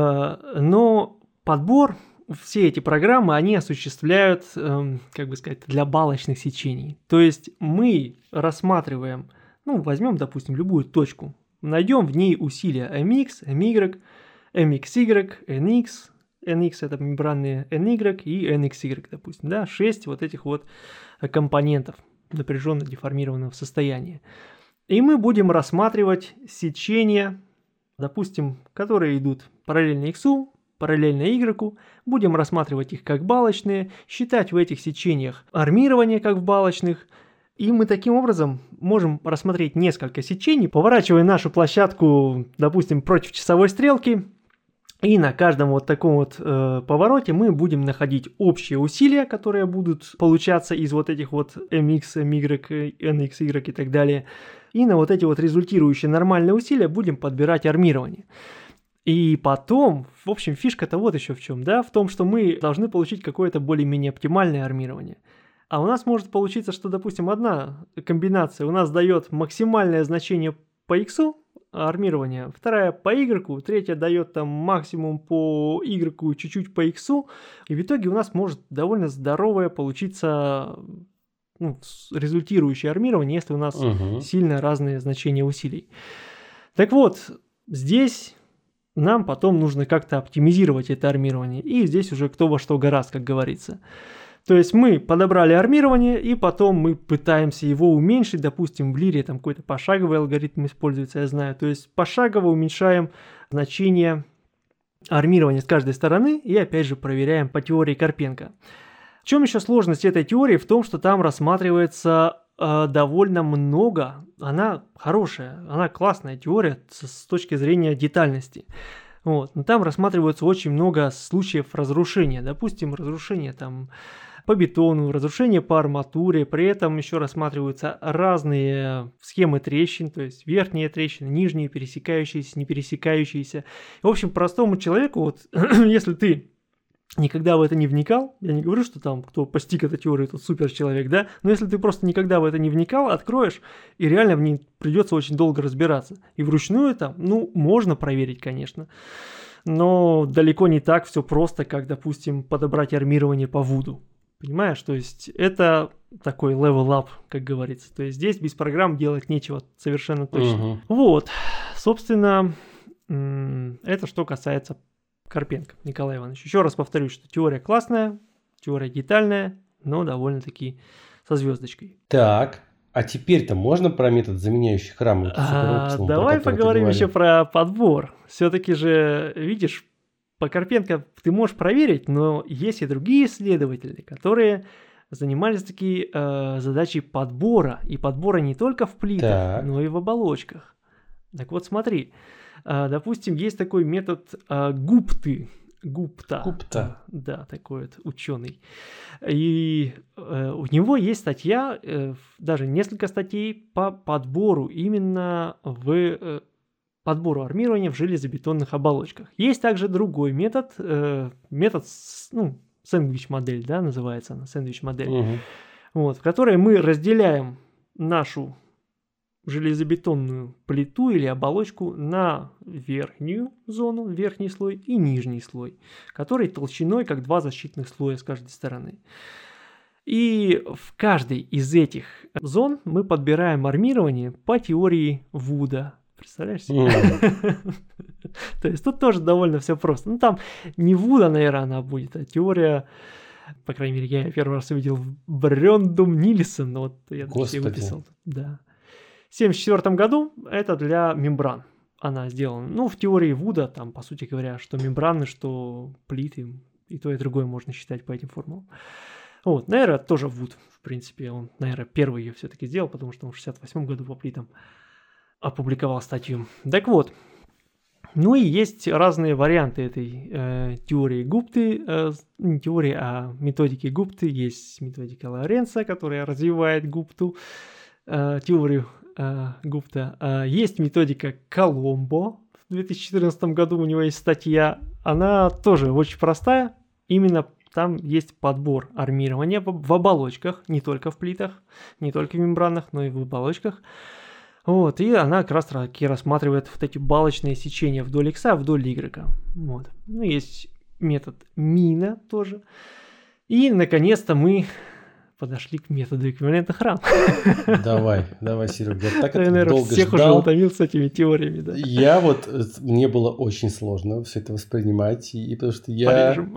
Но подбор, все эти программы, они осуществляют, как бы сказать, для балочных сечений. То есть мы рассматриваем, ну, возьмем, допустим, любую точку, найдем в ней усилия эм икс, эм игрек, эм икс игрек, эн икс, эн икс это мембранные эн игрек и эн икс игрек, допустим, да, шесть вот этих вот компонентов напряженно деформированного состояния. И мы будем рассматривать сечения, допустим, которые идут параллельно X, параллельно Y, будем рассматривать их как балочные, считать в этих сечениях армирование как в балочных, и мы таким образом можем рассмотреть несколько сечений, поворачивая нашу площадку, допустим, против часовой стрелки, и на каждом вот таком вот э, повороте мы будем находить общие усилия, которые будут получаться из вот этих вот эм икс, эм игрек, эн икс игрек и так далее. И на вот эти вот результирующие нормальные усилия будем подбирать армирование. И потом, в общем, фишка-то вот еще в чем, да, в том, что мы должны получить какое-то более-менее оптимальное армирование. А у нас может получиться, что, допустим, одна комбинация у нас дает максимальное значение по X армирования, вторая по Y, третья дает там максимум по Y, чуть-чуть по X, и в итоге у нас может довольно здоровое получиться, ну, результирующее армирование, если у нас угу. сильно разные значения усилий. Так вот, здесь нам потом нужно как-то оптимизировать это армирование, и здесь уже кто во что гораст, как говорится. То есть мы подобрали армирование, и потом мы пытаемся его уменьшить, допустим, в лире там какой-то пошаговый алгоритм используется, я знаю. То есть пошагово уменьшаем значение армирования с каждой стороны и опять же проверяем по теории Карпенко. В чем еще сложность этой теории? В том, что там рассматривается э, довольно много, она хорошая, она классная теория с, с точки зрения детальности. Вот. Но там рассматривается очень много случаев разрушения, допустим, разрушение там по бетону, разрушение по арматуре, при этом еще рассматриваются разные схемы трещин, то есть верхние трещины, нижние, пересекающиеся, не пересекающиеся. В общем, простому человеку, вот если ты никогда в это не вникал, я не говорю, что там кто постиг эту теорию, тот супер человек, да, но если ты просто никогда в это не вникал, откроешь, и реально в ней придется очень долго разбираться. И вручную там, ну, можно проверить, конечно, но далеко не так все просто, как, допустим, подобрать армирование по вуду. Понимаешь, то есть это такой level up, как говорится. То есть здесь без программ делать нечего совершенно точно. Uh-huh. Вот, собственно, это что касается Карпенко, Николай Иванович. Еще раз повторюсь, что теория классная, теория детальная, но довольно-таки со звездочкой. Так, а теперь-то можно про метод заменяющий храмы? А, давай поговорим еще про подбор. Все-таки же, видишь, по Карпенко ты можешь проверить, но есть и другие исследователи, которые занимались таки э, задачей подбора. И подбора не только в плитах, так. но и в оболочках. Так вот смотри, э, допустим, есть такой метод э, Гупты. Гупта. Гупта. Да, такой вот ученый. И э, у него есть статья, э, даже несколько статей по подбору именно в... Э, подбору армирования в железобетонных оболочках. Есть также другой метод, э, метод, ну, сэндвич-модель, да, называется она, сэндвич-модель, угу. вот, в которой мы разделяем нашу железобетонную плиту или оболочку на верхнюю зону, верхний слой и нижний слой, который толщиной как два защитных слоя с каждой стороны. И в каждой из этих зон мы подбираем армирование по теории Вуда. Представляешь себе? Mm. То есть тут тоже довольно все просто. Ну там не Вуда, наверное, она будет, а теория, по крайней мере, я ее первый раз увидел в Брёндум Нильсон, но вот я все выписал. Да. В семьдесят четвёртом году это для мембран она сделана. Ну, в теории Вуда, там, по сути говоря, что мембраны, что плиты, и то, и другое можно считать по этим формулам. Вот, наверное, тоже Вуд, в принципе, он, наверное, первый ее все-таки сделал, потому что он в шестьдесят восьмом году по плитам опубликовал статью. Так вот, ну и есть разные варианты этой э, теории Гупты, э, не теории, а методики Гупты. Есть методика Лоренца, которая развивает Гупту, э, теорию э, Гупта. Э, есть методика Коломбо, в две тысячи четырнадцатом году у него есть статья, она тоже очень простая, именно там есть подбор армирования в, в оболочках, не только в плитах, не только в мембранах, но и в оболочках. Вот, и она как раз таки рассматривает вот эти балочные сечения вдоль X, вдоль Y. Вот. Ну, есть метод мина тоже. И, наконец-то, мы подошли к методу эквивалентных рам. Давай, давай, Серега, я так Я, это наверное, долго всех уже ждал. утомил с этими теориями, да. Я вот, мне было очень сложно все это воспринимать, и потому что я... Порежем.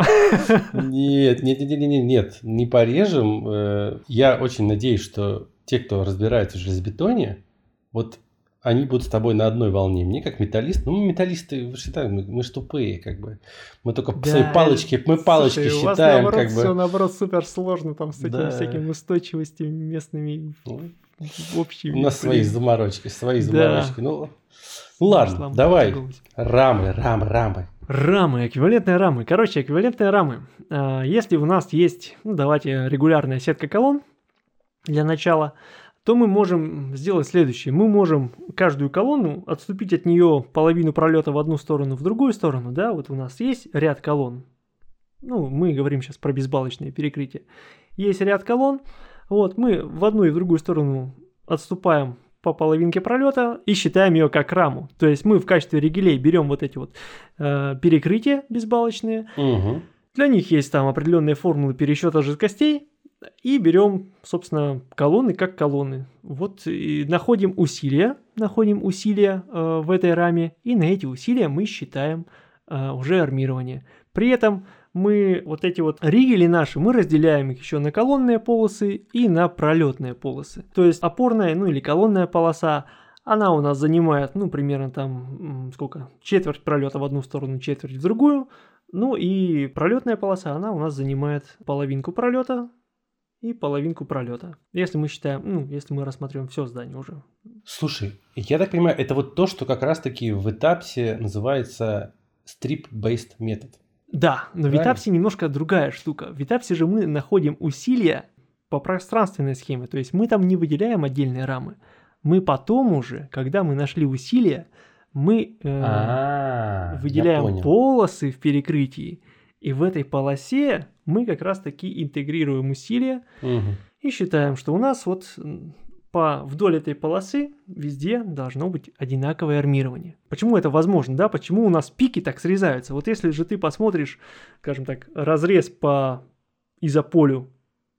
Нет, нет, нет, нет, нет, нет, не порежем. Э, Я очень надеюсь, что те, кто разбирается в железобетоне, вот они будут с тобой на одной волне. Мне как металлист, ну мы металлисты, вы считаете, мы, мы ж тупые, как бы. Мы только Да, свои палочки, мы палочки слушай, у вас, считаем, наоборот, как бы. все, наоборот, супер сложно там с этими Да. всякими устойчивостями местными, Ну, общими. у нас свои блин. заморочки, свои Да. заморочки. Ну, ну ладно, Ислам, давай. торговля. Рамы, рамы, рамы. Рамы, эквивалентные рамы. Короче, эквивалентные рамы. А, Если у нас есть, ну, давайте, регулярная сетка колонн для начала, то мы можем сделать следующее. Мы можем каждую колонну отступить от нее половину пролета в одну сторону, в другую сторону. Да, вот у нас есть ряд колонн. Ну, мы говорим сейчас про безбалочные перекрытия. Есть ряд колонн. Вот, мы в одну и в другую сторону отступаем по половинке пролета и считаем ее как раму. То есть мы в качестве ригелей берем вот эти вот э, перекрытия безбалочные. Угу. Для них есть там определенные формулы пересчета жидкостей. И берем, собственно, колонны как колонны. Вот и находим усилия, находим усилия э, в этой раме, и на эти усилия мы считаем э, уже армирование. При этом мы вот эти вот ригели наши, мы разделяем их еще на колонные полосы и на пролетные полосы. То есть опорная, ну или колонная полоса, она у нас занимает, ну, примерно там, м, сколько, четверть пролета в одну сторону, четверть в другую. Ну и пролетная полоса, она у нас занимает половинку пролета и половинку пролета. Если мы считаем, ну, если мы рассматриваем все здание уже. Слушай, я так понимаю, это вот то, что как раз-таки в этапсе называется strip-based метод. Да, но в Правильно? этапсе немножко другая штука. В этапсе же мы находим усилия по пространственной схеме, то есть мы там не выделяем отдельные рамы. Мы потом уже, когда мы нашли усилия, мы э, А, я выделяем понял. полосы в перекрытии, и в этой полосе мы как раз-таки интегрируем усилия Мгм. и считаем, что у нас вот м, по, вдоль этой полосы везде должно быть одинаковое армирование. Почему это возможно, да? Почему у нас пики так срезаются? Вот если же ты посмотришь, скажем так, разрез по изополю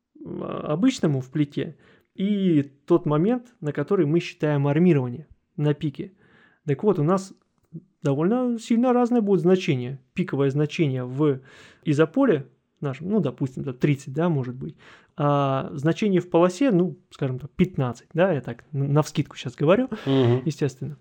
а, обычному в плите и тот момент, на который мы считаем армирование на пике. Так вот, у нас довольно сильно разные будут значения. Пиковое значение в изополе нашем, ну, допустим, это тридцать, да, может быть, а значение в полосе, ну, скажем так, пятнадцать, да, я так навскидку сейчас говорю, Мгм. естественно.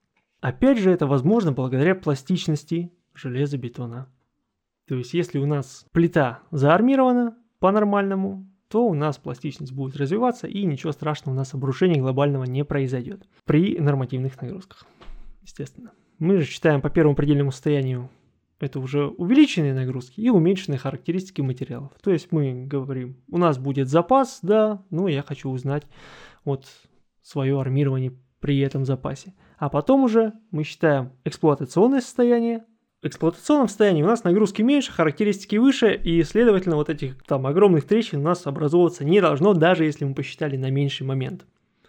Опять же, это возможно благодаря пластичности железобетона. То есть, если у нас плита заармирована по-нормальному, то у нас пластичность будет развиваться, и ничего страшного, у нас обрушения глобального не произойдет при нормативных нагрузках, естественно. Мы же считаем по первому предельному состоянию это уже увеличенные нагрузки и уменьшенные характеристики материалов. То есть мы говорим, у нас будет запас, да, но я хочу узнать вот свое армирование при этом запасе. А потом уже мы считаем эксплуатационное состояние. В эксплуатационном состоянии у нас нагрузки меньше, характеристики выше, и, следовательно, вот этих там огромных трещин у нас образовываться не должно, даже если мы посчитали на меньший момент.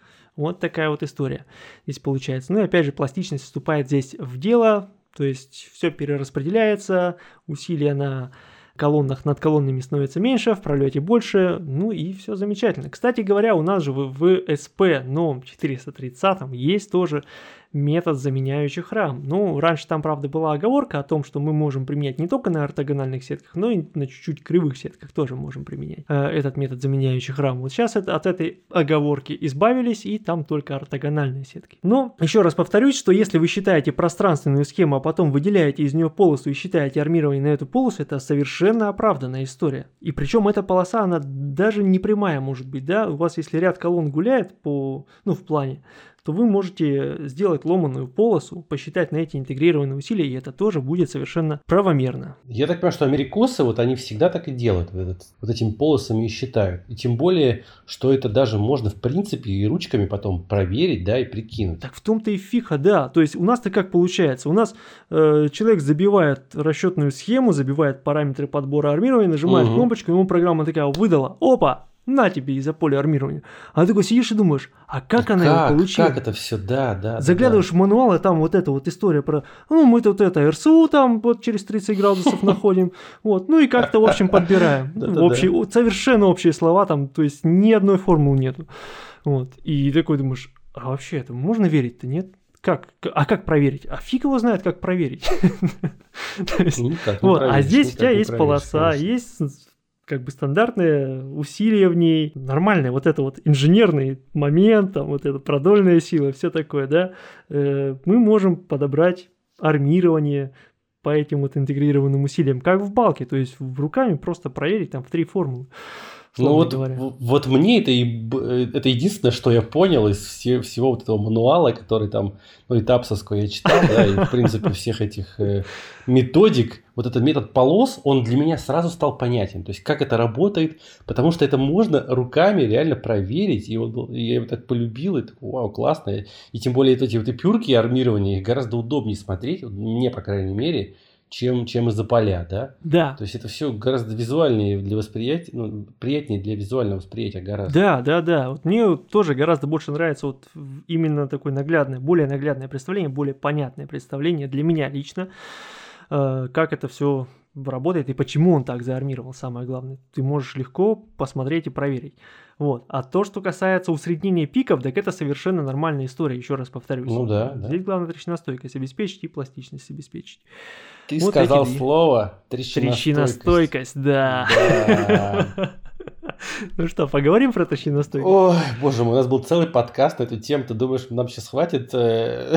Вот такая вот история здесь получается. Ну и опять же, пластичность вступает здесь в дело, то есть все перераспределяется, усилия на колоннах над колоннами становится меньше, в пролете больше, ну и все замечательно. Кстати говоря, у нас же в, в эс пэ новом четыреста тридцатом есть тоже метод заменяющих рам. Ну, раньше там, правда, была оговорка о том, что мы можем применять не только на ортогональных сетках, но и на чуть-чуть кривых сетках тоже можем применять э, этот метод заменяющих рам. Вот сейчас это, от этой оговорки избавились, и там только ортогональные сетки. Но еще раз повторюсь, что если вы считаете пространственную схему, а потом выделяете из нее полосу и считаете армирование на эту полосу, это совершенно оправданная история. И причем эта полоса, она даже не прямая может быть, да? У вас если ряд колонн гуляет по, ну, в плане, то то вы можете сделать ломаную полосу, посчитать на эти интегрированные усилия, и это тоже будет совершенно правомерно. Я так понимаю, что америкосы, вот они всегда так и делают, вот, этот, вот этими полосами и считают. И тем более, что это даже можно, в принципе, и ручками потом проверить, да, и прикинуть. Так в том-то и фиха, да. То есть у нас-то как получается? У нас э, человек забивает расчетную схему, забивает параметры подбора армирования, нажимает угу. кнопочку, ему программа такая выдала. Опа! На тебе из-за поля армирования. А ты такой сидишь и думаешь, а как да она как, его получила? Как это все, да, да. Заглядываешь да. в мануал, и там вот эта вот история про, ну, мы тут это эр эс у там вот через тридцать градусов находим, вот, ну и как-то, в общем, подбираем. Совершенно общие слова там, то есть ни одной формулы нету. Вот. И такой думаешь, а вообще это можно верить-то, нет? Как? А как проверить? А фиг его знает, как проверить. А здесь у тебя есть полоса, есть как бы стандартные усилия в ней, нормальные, вот это вот инженерный момент, там вот эта продольная сила, все такое, да, э, мы можем подобрать армирование по этим вот интегрированным усилиям, как в балке, то есть в руками просто проверить там в три формулы. Ну вот, вот мне это, и, это единственное, что я понял из все, всего вот этого мануала, который там, ну и тапсовского я читал, да, и в принципе всех этих э, методик, вот этот метод полос, он для меня сразу стал понятен, то есть как это работает, потому что это можно руками реально проверить, и вот я его так полюбил, и такой, вау, классно, и тем более эти вот эпюрки армирования, их гораздо удобнее смотреть, вот мне, по крайней мере, чем, чем из-за поля, да? Да. То есть это все гораздо визуальнее для восприятия, ну, приятнее для визуального восприятия гораздо. Да, да, да. Вот мне тоже гораздо больше нравится вот именно такое наглядное, более наглядное представление, более понятное представление для меня лично, э, как это все работает и почему он так заармировал, самое главное. Ты можешь легко посмотреть и проверить. Вот. А то, что касается усреднения пиков, так это совершенно нормальная история, еще раз повторюсь. Ну да, да. Здесь главное трещиностойкость обеспечить и пластичность обеспечить. Ты вот сказал эти... слово трещиностойкость. Трещиностойкость, да. да. Ну что, поговорим про трещиностойкость? Ой, боже мой, у нас был целый подкаст на эту тему. Ты думаешь, нам сейчас хватит э,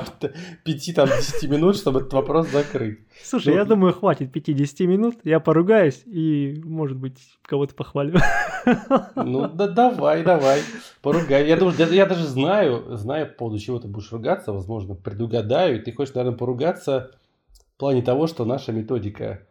пяти-десяти минут, чтобы этот вопрос закрыть? Слушай, ну, я думаю, хватит пятидесяти минут. Я поругаюсь и, может быть, кого-то похвалю. Ну, да давай, давай, поругай. Я, думаю, я даже знаю, знаю, по поводу чего ты будешь ругаться, возможно, предугадаю. И ты хочешь, наверное, поругаться в плане того, что наша методика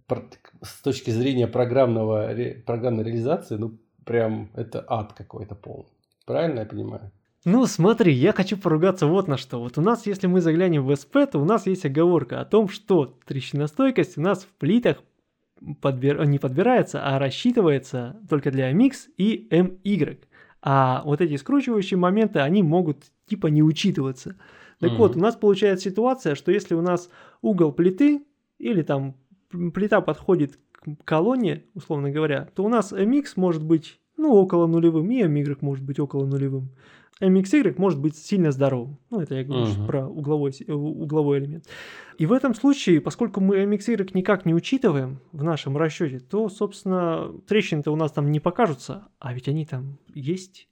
с точки зрения программного, программной реализации, ну, прям это ад какой-то полный. Правильно я понимаю? Ну, смотри, я хочу поругаться вот на что. Вот у нас, если мы заглянем в эс пи, то у нас есть оговорка о том, что трещиностойкость у нас в плитах подбир... не подбирается, а рассчитывается только для эм икс и эм игрек. А вот эти скручивающие моменты, они могут типа не учитываться. Так mm-hmm. вот, у нас получается ситуация, что если у нас угол плиты или там плита подходит к колонне, условно говоря, то у нас эм икс может быть, ну, около нулевым, и эм игрек может быть около нулевым. эм икс игрек может быть сильно здоровым. Ну, это я говорю uh-huh. про угловой, угловой элемент. И в этом случае, поскольку мы эм икс игрек никак не учитываем в нашем расчете, то, собственно, трещины-то у нас там не покажутся, а ведь они там есть.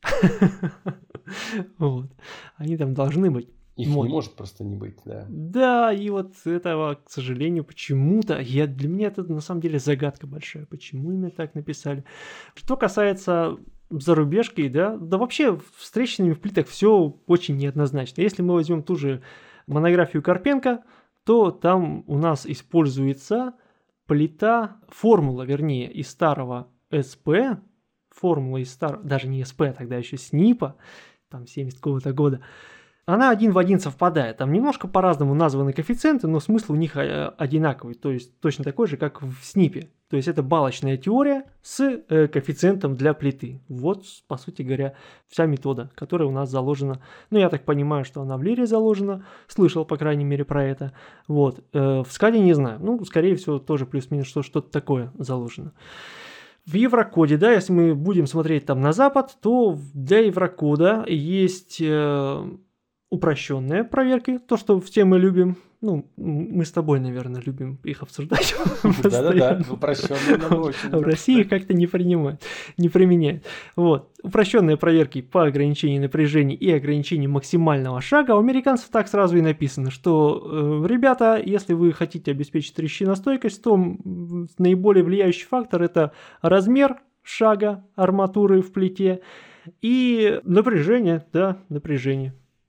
Вот. Они там должны быть. Их вот. Не может просто не быть, да. Да, и вот этого, к сожалению, почему-то, я, для меня это на самом деле загадка большая, почему именно так написали. Что касается зарубежки, да, да вообще с трещинами в плитах все очень неоднозначно. Если мы возьмем ту же монографию Карпенко, то там у нас используется плита, формула, вернее, из старого эс пи, формула из старого, даже не эс пи, тогда еще СНИПа, там семидесятого какого-то года, она один в один совпадает. Там немножко по-разному названы коэффициенты, но смысл у них одинаковый, то есть точно такой же, как в СНИПе. То есть это балочная теория с э, коэффициентом для плиты. Вот, по сути говоря, вся метода, которая у нас заложена. Ну, я так понимаю, что она в Лире заложена. Слышал, по крайней мере, про это. Вот. Э, в скаде не знаю. Ну, скорее всего, тоже плюс-минус что, что-то такое заложено. В Еврокоде, да, если мы будем смотреть там на Запад, то для Еврокода есть... Э, упрощенные проверки, то, что все мы любим. Ну, мы с тобой, наверное, любим их обсуждать. Да-да-да, упрощенные нам очень. В России как-то не принимают, не применяют. Вот. Упрощенные проверки по ограничению напряжения и ограничению максимального шага. У американцев так сразу и написано, что, э, ребята, если вы хотите обеспечить трещиностойкость, то наиболее влияющий фактор – это размер шага арматуры в плите и напряжение, да, напряжение.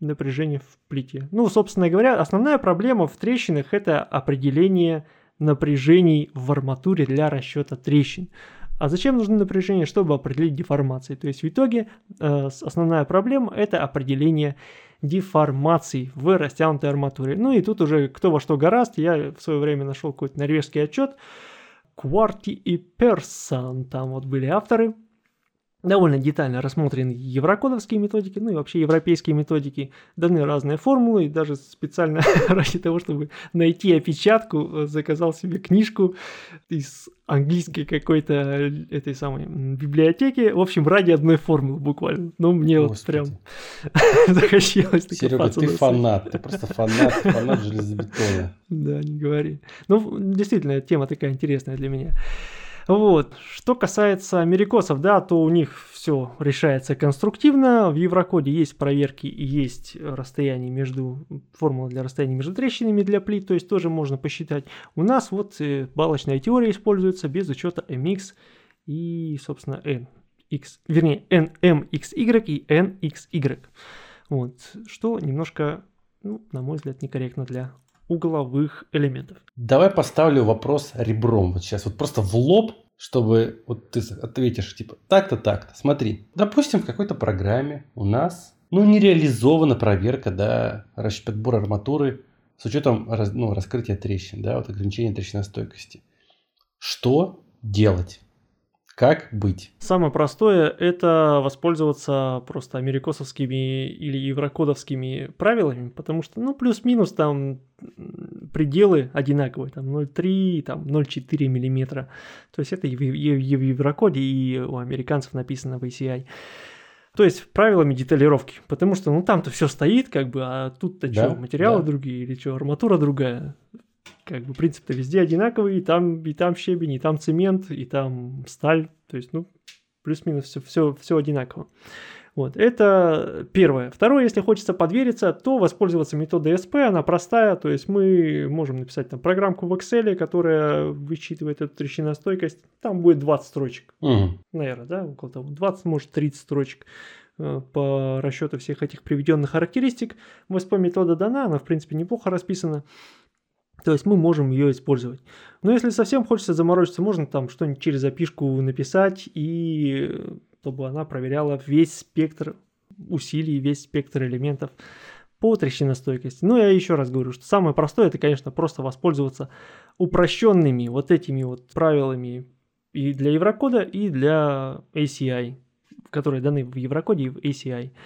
напряжение в плите. Ну, собственно говоря, основная проблема в трещинах – это определение напряжений в арматуре для расчета трещин. А зачем нужно напряжение? Чтобы определить деформации. То есть в итоге э, основная проблема – это определение деформаций в растянутой арматуре. Ну и тут уже кто во что горазд. Я в свое время нашел какой-то норвежский отчет. Кварти и Персон, там вот были авторы. Довольно детально рассмотрены еврокодовские методики, ну и вообще европейские методики. Даны разные формулы, и даже специально ради того, чтобы найти опечатку, заказал себе книжку из английской какой-то этой самой библиотеки. В общем, ради одной формулы буквально. Ну, мне Господи. Вот прям захотелось. Серега, ты фанат, ты просто фанат, фанат железобетона. Да, не говори. Ну, действительно, тема такая интересная для меня. Вот. Что касается америкосов, да, то у них все решается конструктивно. В Еврокоде есть проверки и есть расстояние между, формула для расстояния между трещинами для плит, то есть тоже можно посчитать. У нас вот балочная теория используется без учета эм икс и, собственно, эн икс, вернее, эн эм икс игрек и эн икс игрек. Вот. Что немножко, ну, на мой взгляд, некорректно для угловых элементов. Давай поставлю вопрос ребром вот сейчас, вот просто в лоб, чтобы вот ты ответишь типа так-то, так-то. Смотри, допустим, в какой-то программе у нас, ну, не реализована проверка, да, подбора арматуры с учетом раз, ну, раскрытия трещин, да, вот ограничения трещиностойкости. Что делать? Как быть? Самое простое – это воспользоваться просто америкосовскими или еврокодовскими правилами, потому что, ну, плюс-минус там пределы одинаковые, там ноль целых три десятых, там ноль целых четыре десятых миллиметра. То есть это и в, и в Еврокоде, и у американцев написано в эй си ай. То есть правилами деталировки, потому что, ну, там-то все стоит, как бы, а тут-то да, что, материалы да. другие или что, арматура другая. Как бы принцип-то везде одинаковый, и там, и там щебень, и там цемент, и там сталь, то есть, ну, плюс-минус все, все, все одинаково. Вот, это первое. Второе, если хочется подвериться, то воспользоваться методой эс пи, она простая, то есть мы можем написать там программку в Excel, которая высчитывает эту трещиностойкость, там будет двадцать строчек, угу. наверное, да, около того, двадцать, может тридцать строчек по расчету всех этих приведенных характеристик. В эс пи метода дана, она в принципе неплохо расписана. То есть мы можем ее использовать. Но если совсем хочется заморочиться, можно там что-нибудь через опишку написать, и чтобы она проверяла весь спектр усилий, весь спектр элементов по трещиностойкости. Но я еще раз говорю, что самое простое, это, конечно, просто воспользоваться упрощенными вот этими вот правилами и для Еврокода, и для эй си ай, которые даны в Еврокоде и в эй си ай.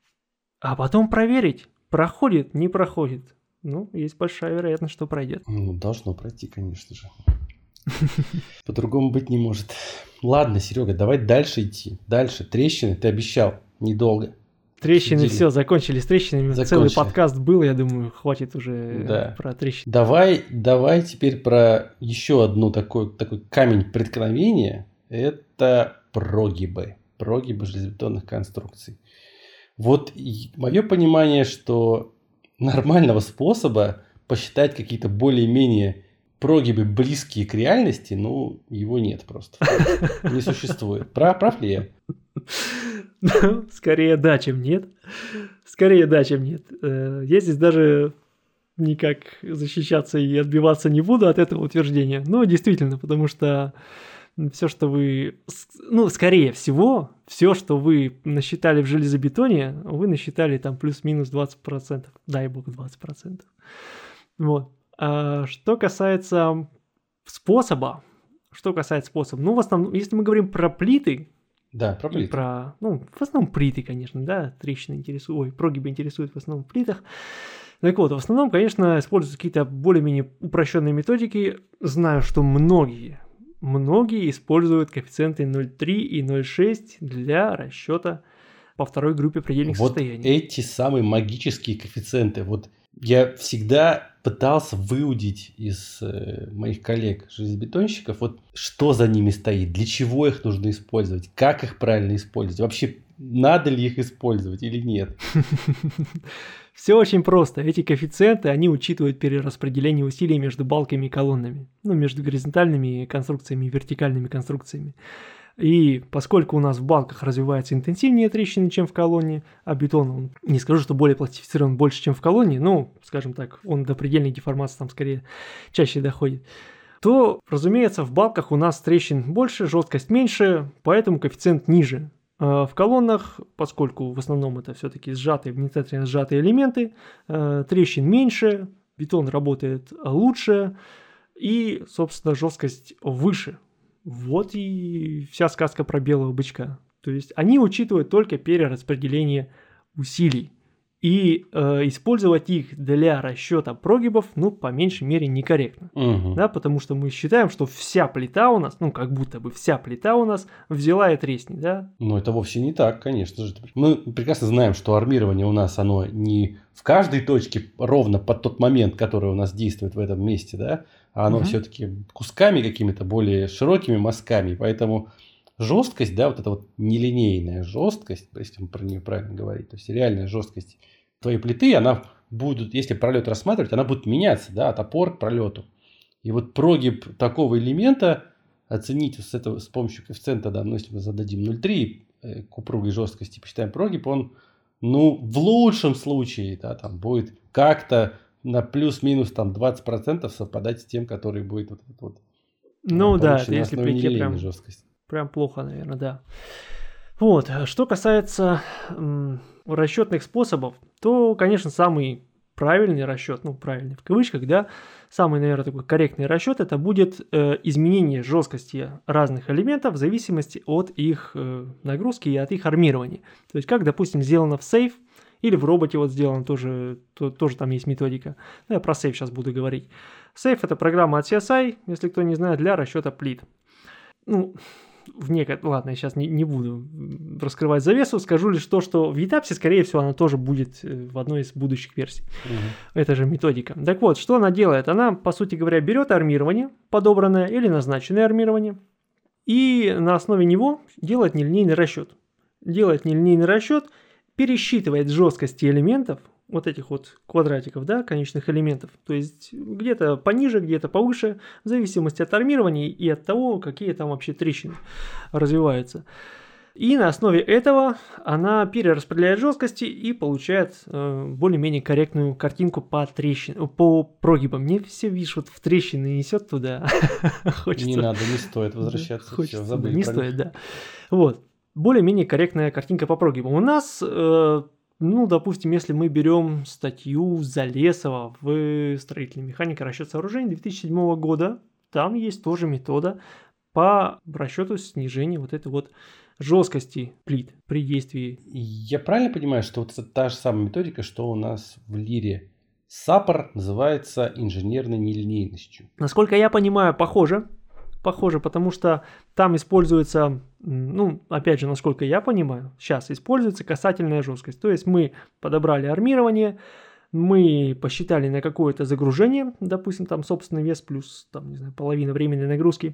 А потом проверить, проходит, не проходит. Ну, есть большая вероятность, что пройдет. Ну, должно пройти, конечно же. По-другому быть не может. Ладно, Серега, давай дальше идти. Дальше. Трещины, ты обещал. Недолго. Трещины, все, закончили с трещинами. Закончили. Целый подкаст был, я думаю, хватит уже да. про трещины. Давай, давай теперь про еще одну такой, такой камень преткновения. Это прогибы. Прогибы железобетонных конструкций. Вот мое понимание, что нормального способа посчитать какие-то более-менее прогибы, близкие к реальности, ну, его нет просто. Не существует. Прав, прав ли я? Скорее да, чем нет. Скорее да, чем нет. Я здесь даже никак защищаться и отбиваться не буду от этого утверждения. Но действительно, потому что все, что вы... Ну, скорее всего, все, что вы насчитали в железобетоне, вы насчитали там плюс-минус двадцать процентов. Дай бог двадцать процентов. Вот. А что касается способа, что касается способа, ну, в основном, если мы говорим про плиты, да, про плиты. Про, ну, в основном плиты, конечно, да, трещины интересуют, ой, прогибы интересуют в основном в плитах. Так вот, в основном, конечно, используются какие-то более-менее упрощенные методики. Знаю, что многие, многие используют коэффициенты ноль целых три и ноль целых шесть для расчета по второй группе предельных вот состояний. Эти самые магические коэффициенты, вот я всегда пытался выудить из э, моих коллег-железобетонщиков, вот что за ними стоит, для чего их нужно использовать, как их правильно использовать, вообще надо ли их использовать или нет. Все очень просто. Эти коэффициенты, они учитывают перераспределение усилий между балками и колоннами, ну, между горизонтальными конструкциями и вертикальными конструкциями. И поскольку у нас в балках развиваются интенсивнее трещины, чем в колонне, а бетон, он, не скажу, что более пластифицирован больше, чем в колонне, но, скажем так, он до предельной деформации там скорее чаще доходит, то, разумеется, в балках у нас трещин больше, жесткость меньше, поэтому коэффициент ниже. В колоннах, поскольку в основном это все-таки сжатые, внутренне сжатые элементы, трещин меньше, бетон работает лучше и, собственно, жесткость выше. Вот и вся сказка про белого бычка. То есть они учитывают только перераспределение усилий. И э, использовать их для расчета прогибов, ну, по меньшей мере, некорректно. Угу. Да, потому что мы считаем, что вся плита у нас, ну, как будто бы вся плита у нас взяла и треснет, да? Но это вовсе не так, конечно же. Мы прекрасно знаем, что армирование у нас, оно не в каждой точке ровно под тот момент, который у нас действует в этом месте, да? А оно угу. все-таки кусками какими-то более широкими мазками. Поэтому жесткость, да, вот эта вот нелинейная жесткость, если мы про нее правильно говорить, то есть реальная жесткость твоей плиты, она будет, если пролет рассматривать, она будет меняться, да, от опор к пролету. И вот прогиб такого элемента оценить с, этого, с помощью коэффициента, да, ну, если мы зададим ноль целых три э, к упругой жесткости, посчитаем прогиб, он, ну, в лучшем случае, да, там будет как-то на плюс-минус там двадцать процентов совпадать с тем, который будет вот этот вот. Ну да, это если плите прям, жесткость. Прям плохо, наверное, да. Вот, что касается м, расчетных способов, то, конечно, самый правильный расчет, ну, правильный в кавычках, да, самый, наверное, такой корректный расчет, это будет э, изменение жесткости разных элементов в зависимости от их э, нагрузки и от их армирования. То есть, как, допустим, сделано в сейф, или в роботе вот сделано, тоже, то, тоже там есть методика. Ну, я про сейф сейчас буду говорить. Сейф – это программа от си эс ай, если кто не знает, для расчета плит. Ну, в неко... Ладно, я сейчас не, не буду раскрывать завесу, скажу лишь то, что в Етапсе, скорее всего, она тоже будет в одной из будущих версий. Угу. Это же методика. Так вот, что она делает? Она, по сути говоря, берет армирование, подобранное или назначенное армирование, и на основе него делает нелинейный расчет. Делает нелинейный расчет, пересчитывает жесткости элементов, вот этих вот квадратиков, да, конечных элементов, то есть где-то пониже, где-то повыше, в зависимости от армирования и от того, какие там вообще трещины развиваются. И на основе этого она перераспределяет жесткости и получает э, более-менее корректную картинку по трещинам, по прогибам. Мне все, видишь, вот в трещины несет туда. Не надо, не стоит возвращаться. Хочется, не стоит, да. Вот. Более-менее корректная картинка по прогибам. У нас... Э, Ну, допустим, если мы берем статью Залесова в «Строительной механике. Расчет сооружений» две тысячи седьмого года, там есть тоже метода по расчету снижения вот этой вот жесткости плит при действии. Я правильно понимаю, что вот это та же самая методика, что у нас в Лире? САПР называется инженерной нелинейностью. Насколько я понимаю, похоже. Похоже, потому что там используется, ну, опять же, насколько я понимаю, сейчас используется касательная жесткость. То есть мы подобрали армирование, мы посчитали на какое-то загружение, допустим, там собственный вес плюс, там, не знаю, половина временной нагрузки.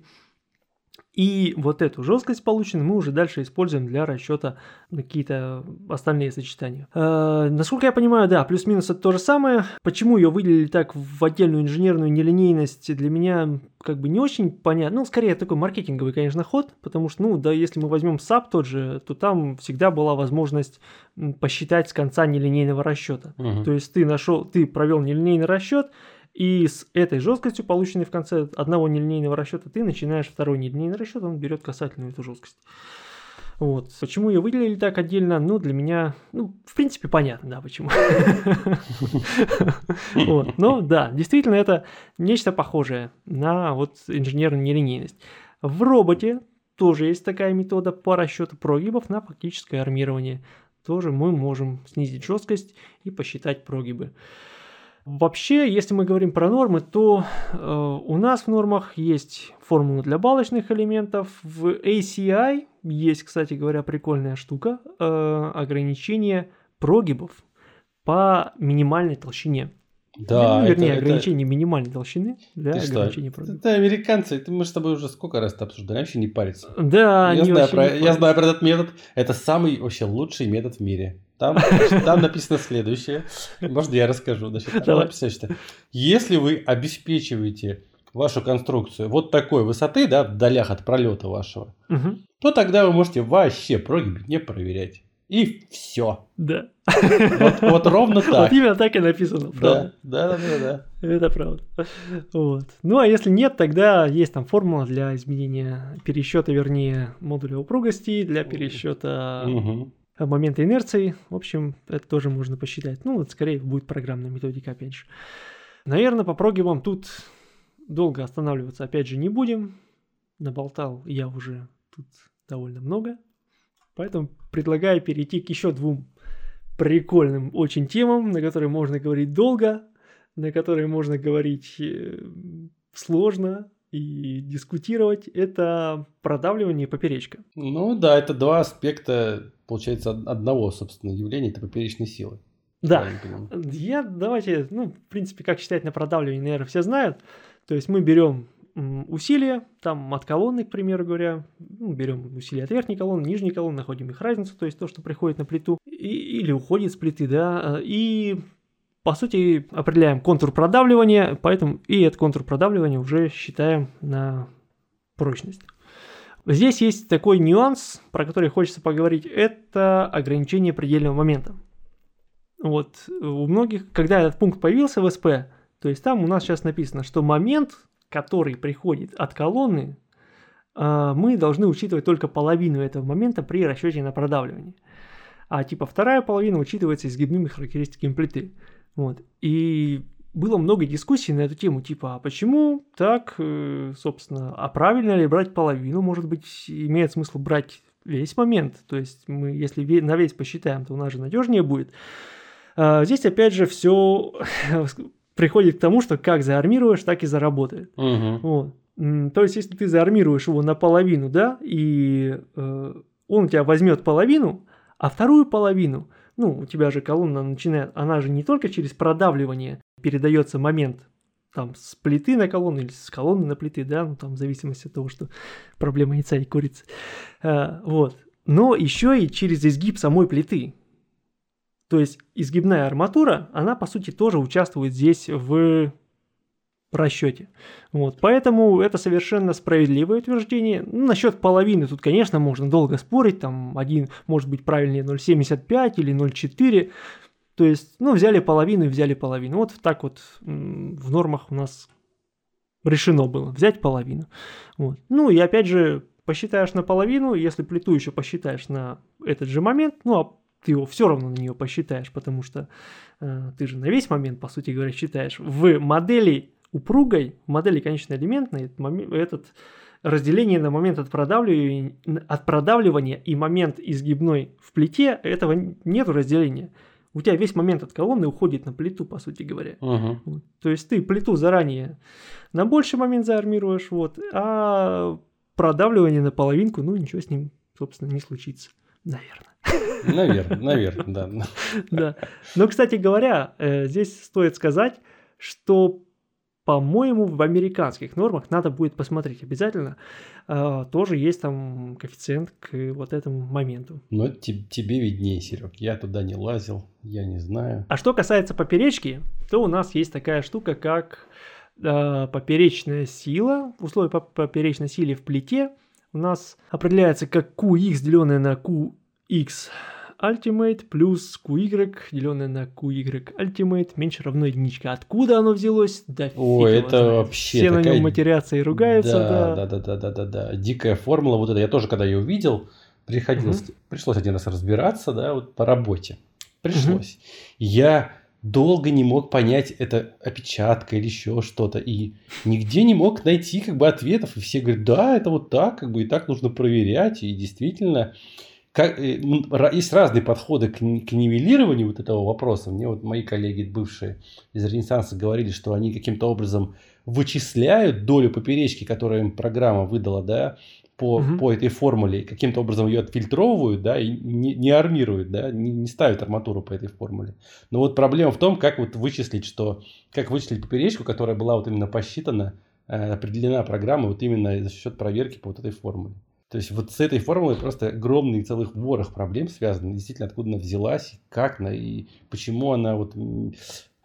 И вот эту жесткость полученную мы уже дальше используем для расчета на какие-то остальные сочетания. Э, насколько я понимаю, да, плюс-минус это то же самое. Почему ее выделили так в отдельную инженерную нелинейность, для меня как бы не очень понятно. Ну, скорее такой маркетинговый, конечно, ход, потому что, ну, да, если мы возьмем САП тот же, то там всегда была возможность посчитать с конца нелинейного расчета. Uh-huh. То есть ты нашел, ты провел нелинейный расчет, и с этой жесткостью, полученной в конце одного нелинейного расчета, ты начинаешь второй нелинейный расчет, он берет касательную эту жесткость. Вот. Почему ее выделили так отдельно? Ну, для меня, ну, в принципе, понятно, да, почему. Но, да, действительно, это нечто похожее на вот инженерную нелинейность. В роботе тоже есть такая метода по расчету прогибов на фактическое армирование. Тоже мы можем снизить жесткость и посчитать прогибы. Вообще, если мы говорим про нормы, то э, у нас в нормах есть формула для балочных элементов. В эй си ай есть, кстати говоря, прикольная штука, э, ограничение прогибов по минимальной толщине. Да, ну, вернее, это, ограничение это... минимальной толщины для Ты ограничения что? прогибов. Это американцы, это мы с тобой уже сколько раз это обсуждали, вообще не париться. Да, я знаю, про, не я знаю про этот метод. Это самый вообще лучший метод в мире. Там, там написано следующее. Может, я расскажу. Значит, там написано, что если вы обеспечиваете вашу конструкцию вот такой высоты, да, в долях от пролета вашего, Угу. то тогда вы можете вообще прогиб не проверять. И все. Да. Вот, вот ровно так. Вот именно так и написано, правда. Да, да, да, да, да. Это правда. Вот. Ну, а если нет, тогда есть там формула для изменения пересчета, вернее, модуля упругости, для пересчета Угу. момента инерции. В общем, это тоже можно посчитать. Ну, вот скорее будет программная методика, опять же. Наверное, по прогибам тут долго останавливаться, опять же, не будем. Наболтал я уже тут довольно много. Поэтому предлагаю перейти к еще двум прикольным очень темам, на которые можно говорить долго, на которые можно говорить э, сложно и дискутировать. Это продавливание и поперечка. Ну да, это два аспекта, получается, од- одного, собственно, явления, это поперечной силы. Да, Правильно понимаю. я давайте, ну, в принципе, как считать на продавливание, наверное, все знают. То есть мы берем м, усилия, там от колонны, к примеру говоря, ну, берем усилия от верхней колонны, нижней колонны, находим их разницу, то есть то, что приходит на плиту, и- или уходит с плиты, да, и по сути определяем контур продавливания, поэтому и этот контур продавливания уже считаем на прочность. Здесь есть такой нюанс, про который хочется поговорить, это ограничение предельного момента. Вот, у многих, когда этот пункт появился в СП, то есть там у нас сейчас написано, что момент, который приходит от колонны, а, мы должны учитывать только половину этого момента при расчете на продавливание. А типа вторая половина учитывается изгибными характеристиками плиты. Вот. И было много дискуссий на эту тему, типа, а почему так, э, собственно, а правильно ли брать половину? Может быть, имеет смысл брать весь момент. То есть мы, если ве- на весь посчитаем, то у нас же надежнее будет. А, здесь опять же все приходит к тому, что как заармируешь, так и заработает. Угу. Вот. М, То есть, если ты заармируешь его наполовину, да, и э, он у тебя возьмет половину, а вторую половину, ну, у тебя же колонна начинает, она же не только через продавливание передается момент там с плиты на колонну или с колонны на плиты, да, ну, там в зависимости от того, что проблема яйца и курицы. А, вот. Но еще и через изгиб самой плиты. То есть изгибная арматура, она по сути тоже участвует здесь в расчете. Вот. Поэтому это совершенно справедливое утверждение. Ну, насчет половины тут, конечно, можно долго спорить. Там один может быть правильнее ноль целых семьдесят пять сотых или ноль целых четыре десятых. То есть, ну, взяли половину и взяли половину. Вот так вот м, в нормах у нас решено было взять половину. Вот. Ну и опять же, посчитаешь на половину, если плиту еще посчитаешь на этот же момент, ну а ты его все равно на нее посчитаешь, потому что э, ты же на весь момент, по сути говоря, считаешь. В модели упругой, в модели конечноэлементной, этот, момент, этот разделение на момент от продавливания, от продавливания и момент изгибной в плите, этого нет разделения. У тебя весь момент от колонны уходит на плиту, по сути говоря. Угу. Вот. То есть ты плиту заранее на больший момент заармируешь, вот, а продавливание на половинку, ну ничего с ним, собственно, не случится. Наверное. Наверное, наверное, да. Да. Но, кстати говоря, э, здесь стоит сказать, что, по-моему, в американских нормах надо будет посмотреть обязательно. э, тоже есть там коэффициент к вот этому моменту. Но это те- тебе виднее, Серег. Я туда не лазил, я не знаю. А что касается поперечки, то у нас есть такая штука, как э, поперечная сила. Условие по поперечной силе в плите у нас определяется как кью икс, деленное на кью икс Ultimate, плюс кью игрек, деленное на кью игрек Ultimate, меньше равно единичка. Откуда оно взялось? Да фиг Ой, его это знает. вообще Все на такая- нем матерятся и ругаются, да. Да, да, да, да, да, да, да. Дикая формула. Вот это я тоже, когда ее увидел, приходилось, пришлось один раз разбираться, да, вот по работе. Пришлось. Я долго не мог понять, это опечатка или еще что-то. И нигде не мог найти как бы ответов. И все говорят, да, это вот так, как бы и так нужно проверять. И действительно, как, э, м, ра- есть разные подходы к, ни- к нивелированию вот этого вопроса. Мне вот мои коллеги бывшие из Ренессанса говорили, что они каким-то образом вычисляют долю поперечки, которую им программа выдала, да, по, Мгм. по этой формуле, каким-то образом ее отфильтровывают, да, и не, не армируют, да, не, не ставят арматуру по этой формуле. Но вот проблема в том, как вот вычислить, что, как вычислить поперечку, которая была вот именно посчитана, э, определена программой вот именно за счет проверки по вот этой формуле. То есть вот с этой формулой просто огромный целых ворох проблем связан. Действительно, откуда она взялась, как она и почему она вот м,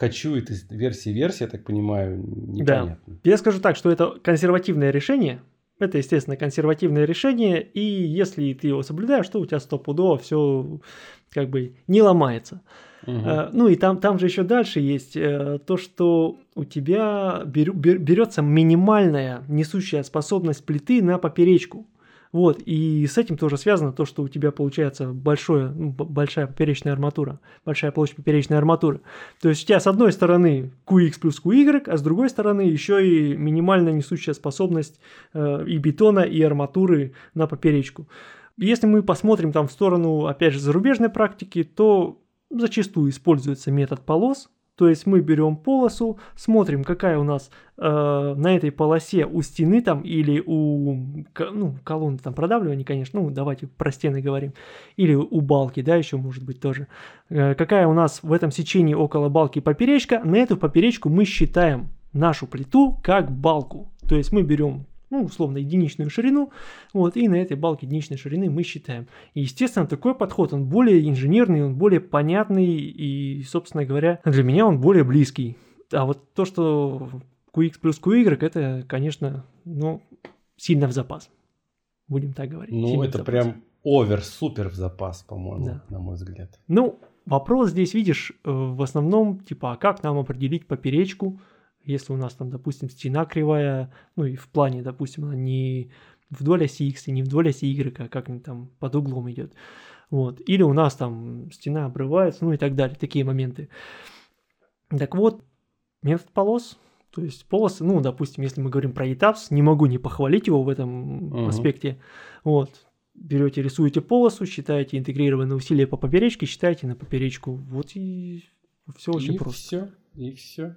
кочует из версии в версию, я так понимаю, непонятно. Да. Я скажу так, что это консервативное решение. Это, естественно, консервативное решение, и если ты его соблюдаешь, то у тебя стопудово все как бы не ломается. Угу. Uh, ну и там, там же еще дальше есть uh, то, что у тебя бер, бер, берется минимальная несущая способность плиты на поперечку. Вот, и с этим тоже связано то, что у тебя получается большое, ну, большая поперечная арматура, большая площадь поперечной арматуры. То есть у тебя с одной стороны кью икс плюс кью игрек, а с другой стороны еще и минимальная несущая способность uh, и бетона, и арматуры на поперечку. Если мы посмотрим там в сторону, опять же, зарубежной практики, то зачастую используется метод полос, то есть мы берем полосу, смотрим, какая у нас э, на этой полосе у стены там или у ну, колонны там продавливания, конечно, ну давайте про стены говорим, или у балки, да, еще может быть тоже, э, какая у нас в этом сечении около балки поперечка, на эту поперечку мы считаем нашу плиту как балку, то есть мы берем, ну, условно, единичную ширину, вот, и на этой балке единичной ширины мы считаем. И, естественно, такой подход, он более инженерный, он более понятный, и, собственно говоря, для меня он более близкий. А вот то, что кью икс плюс кью игрек, это, конечно, ну, сильно в запас. Будем так говорить. Ну, это прям овер-супер в запас, по-моему, да. На мой взгляд. Ну, вопрос здесь, видишь, в основном, типа, а как нам определить поперечку, если у нас там, допустим, стена кривая, ну и в плане, допустим, она не вдоль оси X, не вдоль оси Y, а как-нибудь там под углом идет. Вот. Или у нас там стена обрывается, ну и так далее, такие моменты. Так вот, метод полос, то есть полосы, ну, допустим, если мы говорим про итапс, не могу не похвалить его в этом uh-huh. аспекте. Вот. Берете, рисуете полосу, считаете интегрированные усилия по поперечке, считаете на поперечку. Вот и все очень и просто. Все, и все.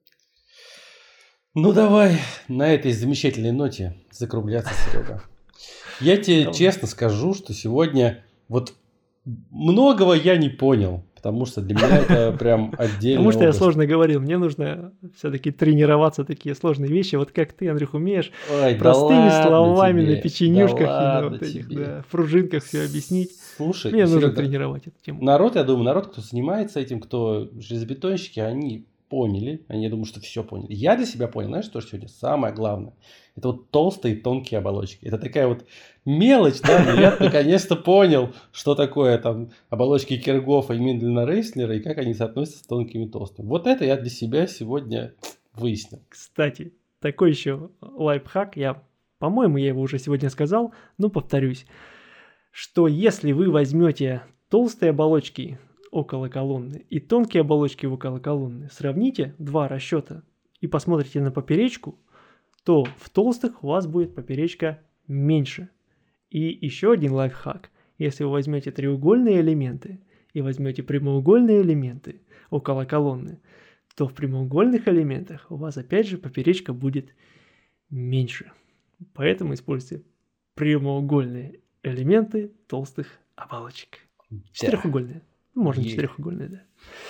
Ну давай на этой замечательной ноте закругляться, Серега. Я тебе давай. честно скажу, что сегодня вот многого я не понял, потому что для меня это прям отдельно. Потому что я сложно говорил, мне нужно все-таки тренироваться такие сложные вещи, вот как ты, Андрюх, умеешь Ой, простыми да словами тебе, на печенюшках да и на вот этих да, пружинках все объяснить. Слушай, мне нужно Серега, тренировать эту тему. Народ, я думаю, народ, кто занимается этим, кто железобетонщики, они поняли, они, я думаю, что все поняли. Я для себя понял, знаешь, что сегодня самое главное? Это вот толстые тонкие оболочки. Это такая вот мелочь, да, но я наконец-то понял, что такое там оболочки Киргофа и Миндлина-Рейслера и как они соотносятся с тонкими и толстыми. Вот это я для себя сегодня выяснил. Кстати, такой еще лайфхак, я, по-моему, я его уже сегодня сказал, но повторюсь, что если вы возьмете толстые оболочки около колонны и тонкие оболочки около колонны, сравните два расчета и посмотрите на поперечку, то в толстых у вас будет поперечка меньше. И еще один лайфхак. Если вы возьмете треугольные элементы и возьмете прямоугольные элементы около колонны, то в прямоугольных элементах у вас опять же поперечка будет меньше. Поэтому используйте прямоугольные элементы толстых оболочек. Да. Четырехугольные. Можно Есть. четырехугольные, да.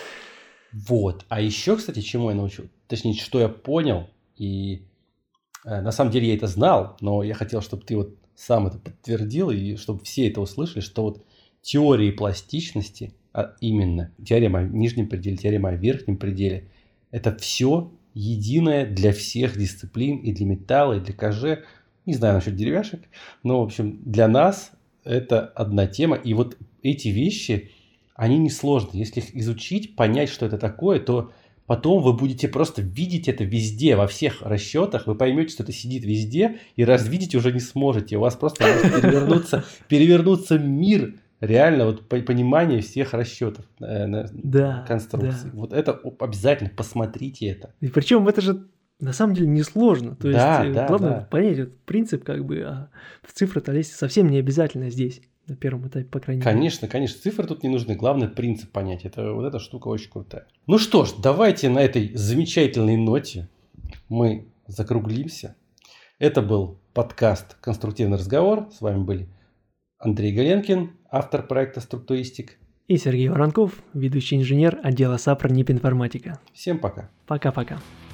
Вот. А еще, кстати, чему я научил? Точнее, что я понял. И э, на самом деле я это знал, но я хотел, чтобы ты вот сам это подтвердил, и чтобы все это услышали, что вот теории пластичности, а именно теорема о нижнем пределе, теорема о верхнем пределе, это все единое для всех дисциплин, и для металла, и для КЖ. Не знаю насчет деревяшек, но, в общем, для нас это одна тема. И вот эти вещи... Они несложны. Если их изучить, понять, что это такое, то потом вы будете просто видеть это везде, во всех расчетах. Вы поймете, что это сидит везде, и развидеть уже не сможете. У вас просто может перевернуться, перевернуться мир реально вот понимания всех расчетов э, да, конструкций. Да. Вот это обязательно посмотрите это. И причем это же на самом деле несложно. То да, есть да, главное да. понять этот принцип, как бы, а в цифры-то лезть совсем не обязательно здесь. На первом этапе, по крайней мере. Конечно, конечно, цифры тут не нужны. Главное, принцип понять. Это, вот эта штука очень крутая. Ну что ж, давайте на этой замечательной ноте мы закруглимся. Это был подкаст «Конструктивный разговор». С вами были Андрей Галенкин, автор проекта «Структуристик». И Сергей Воронков, ведущий инженер отдела САПР НИП Информатика. Всем пока. Пока-пока.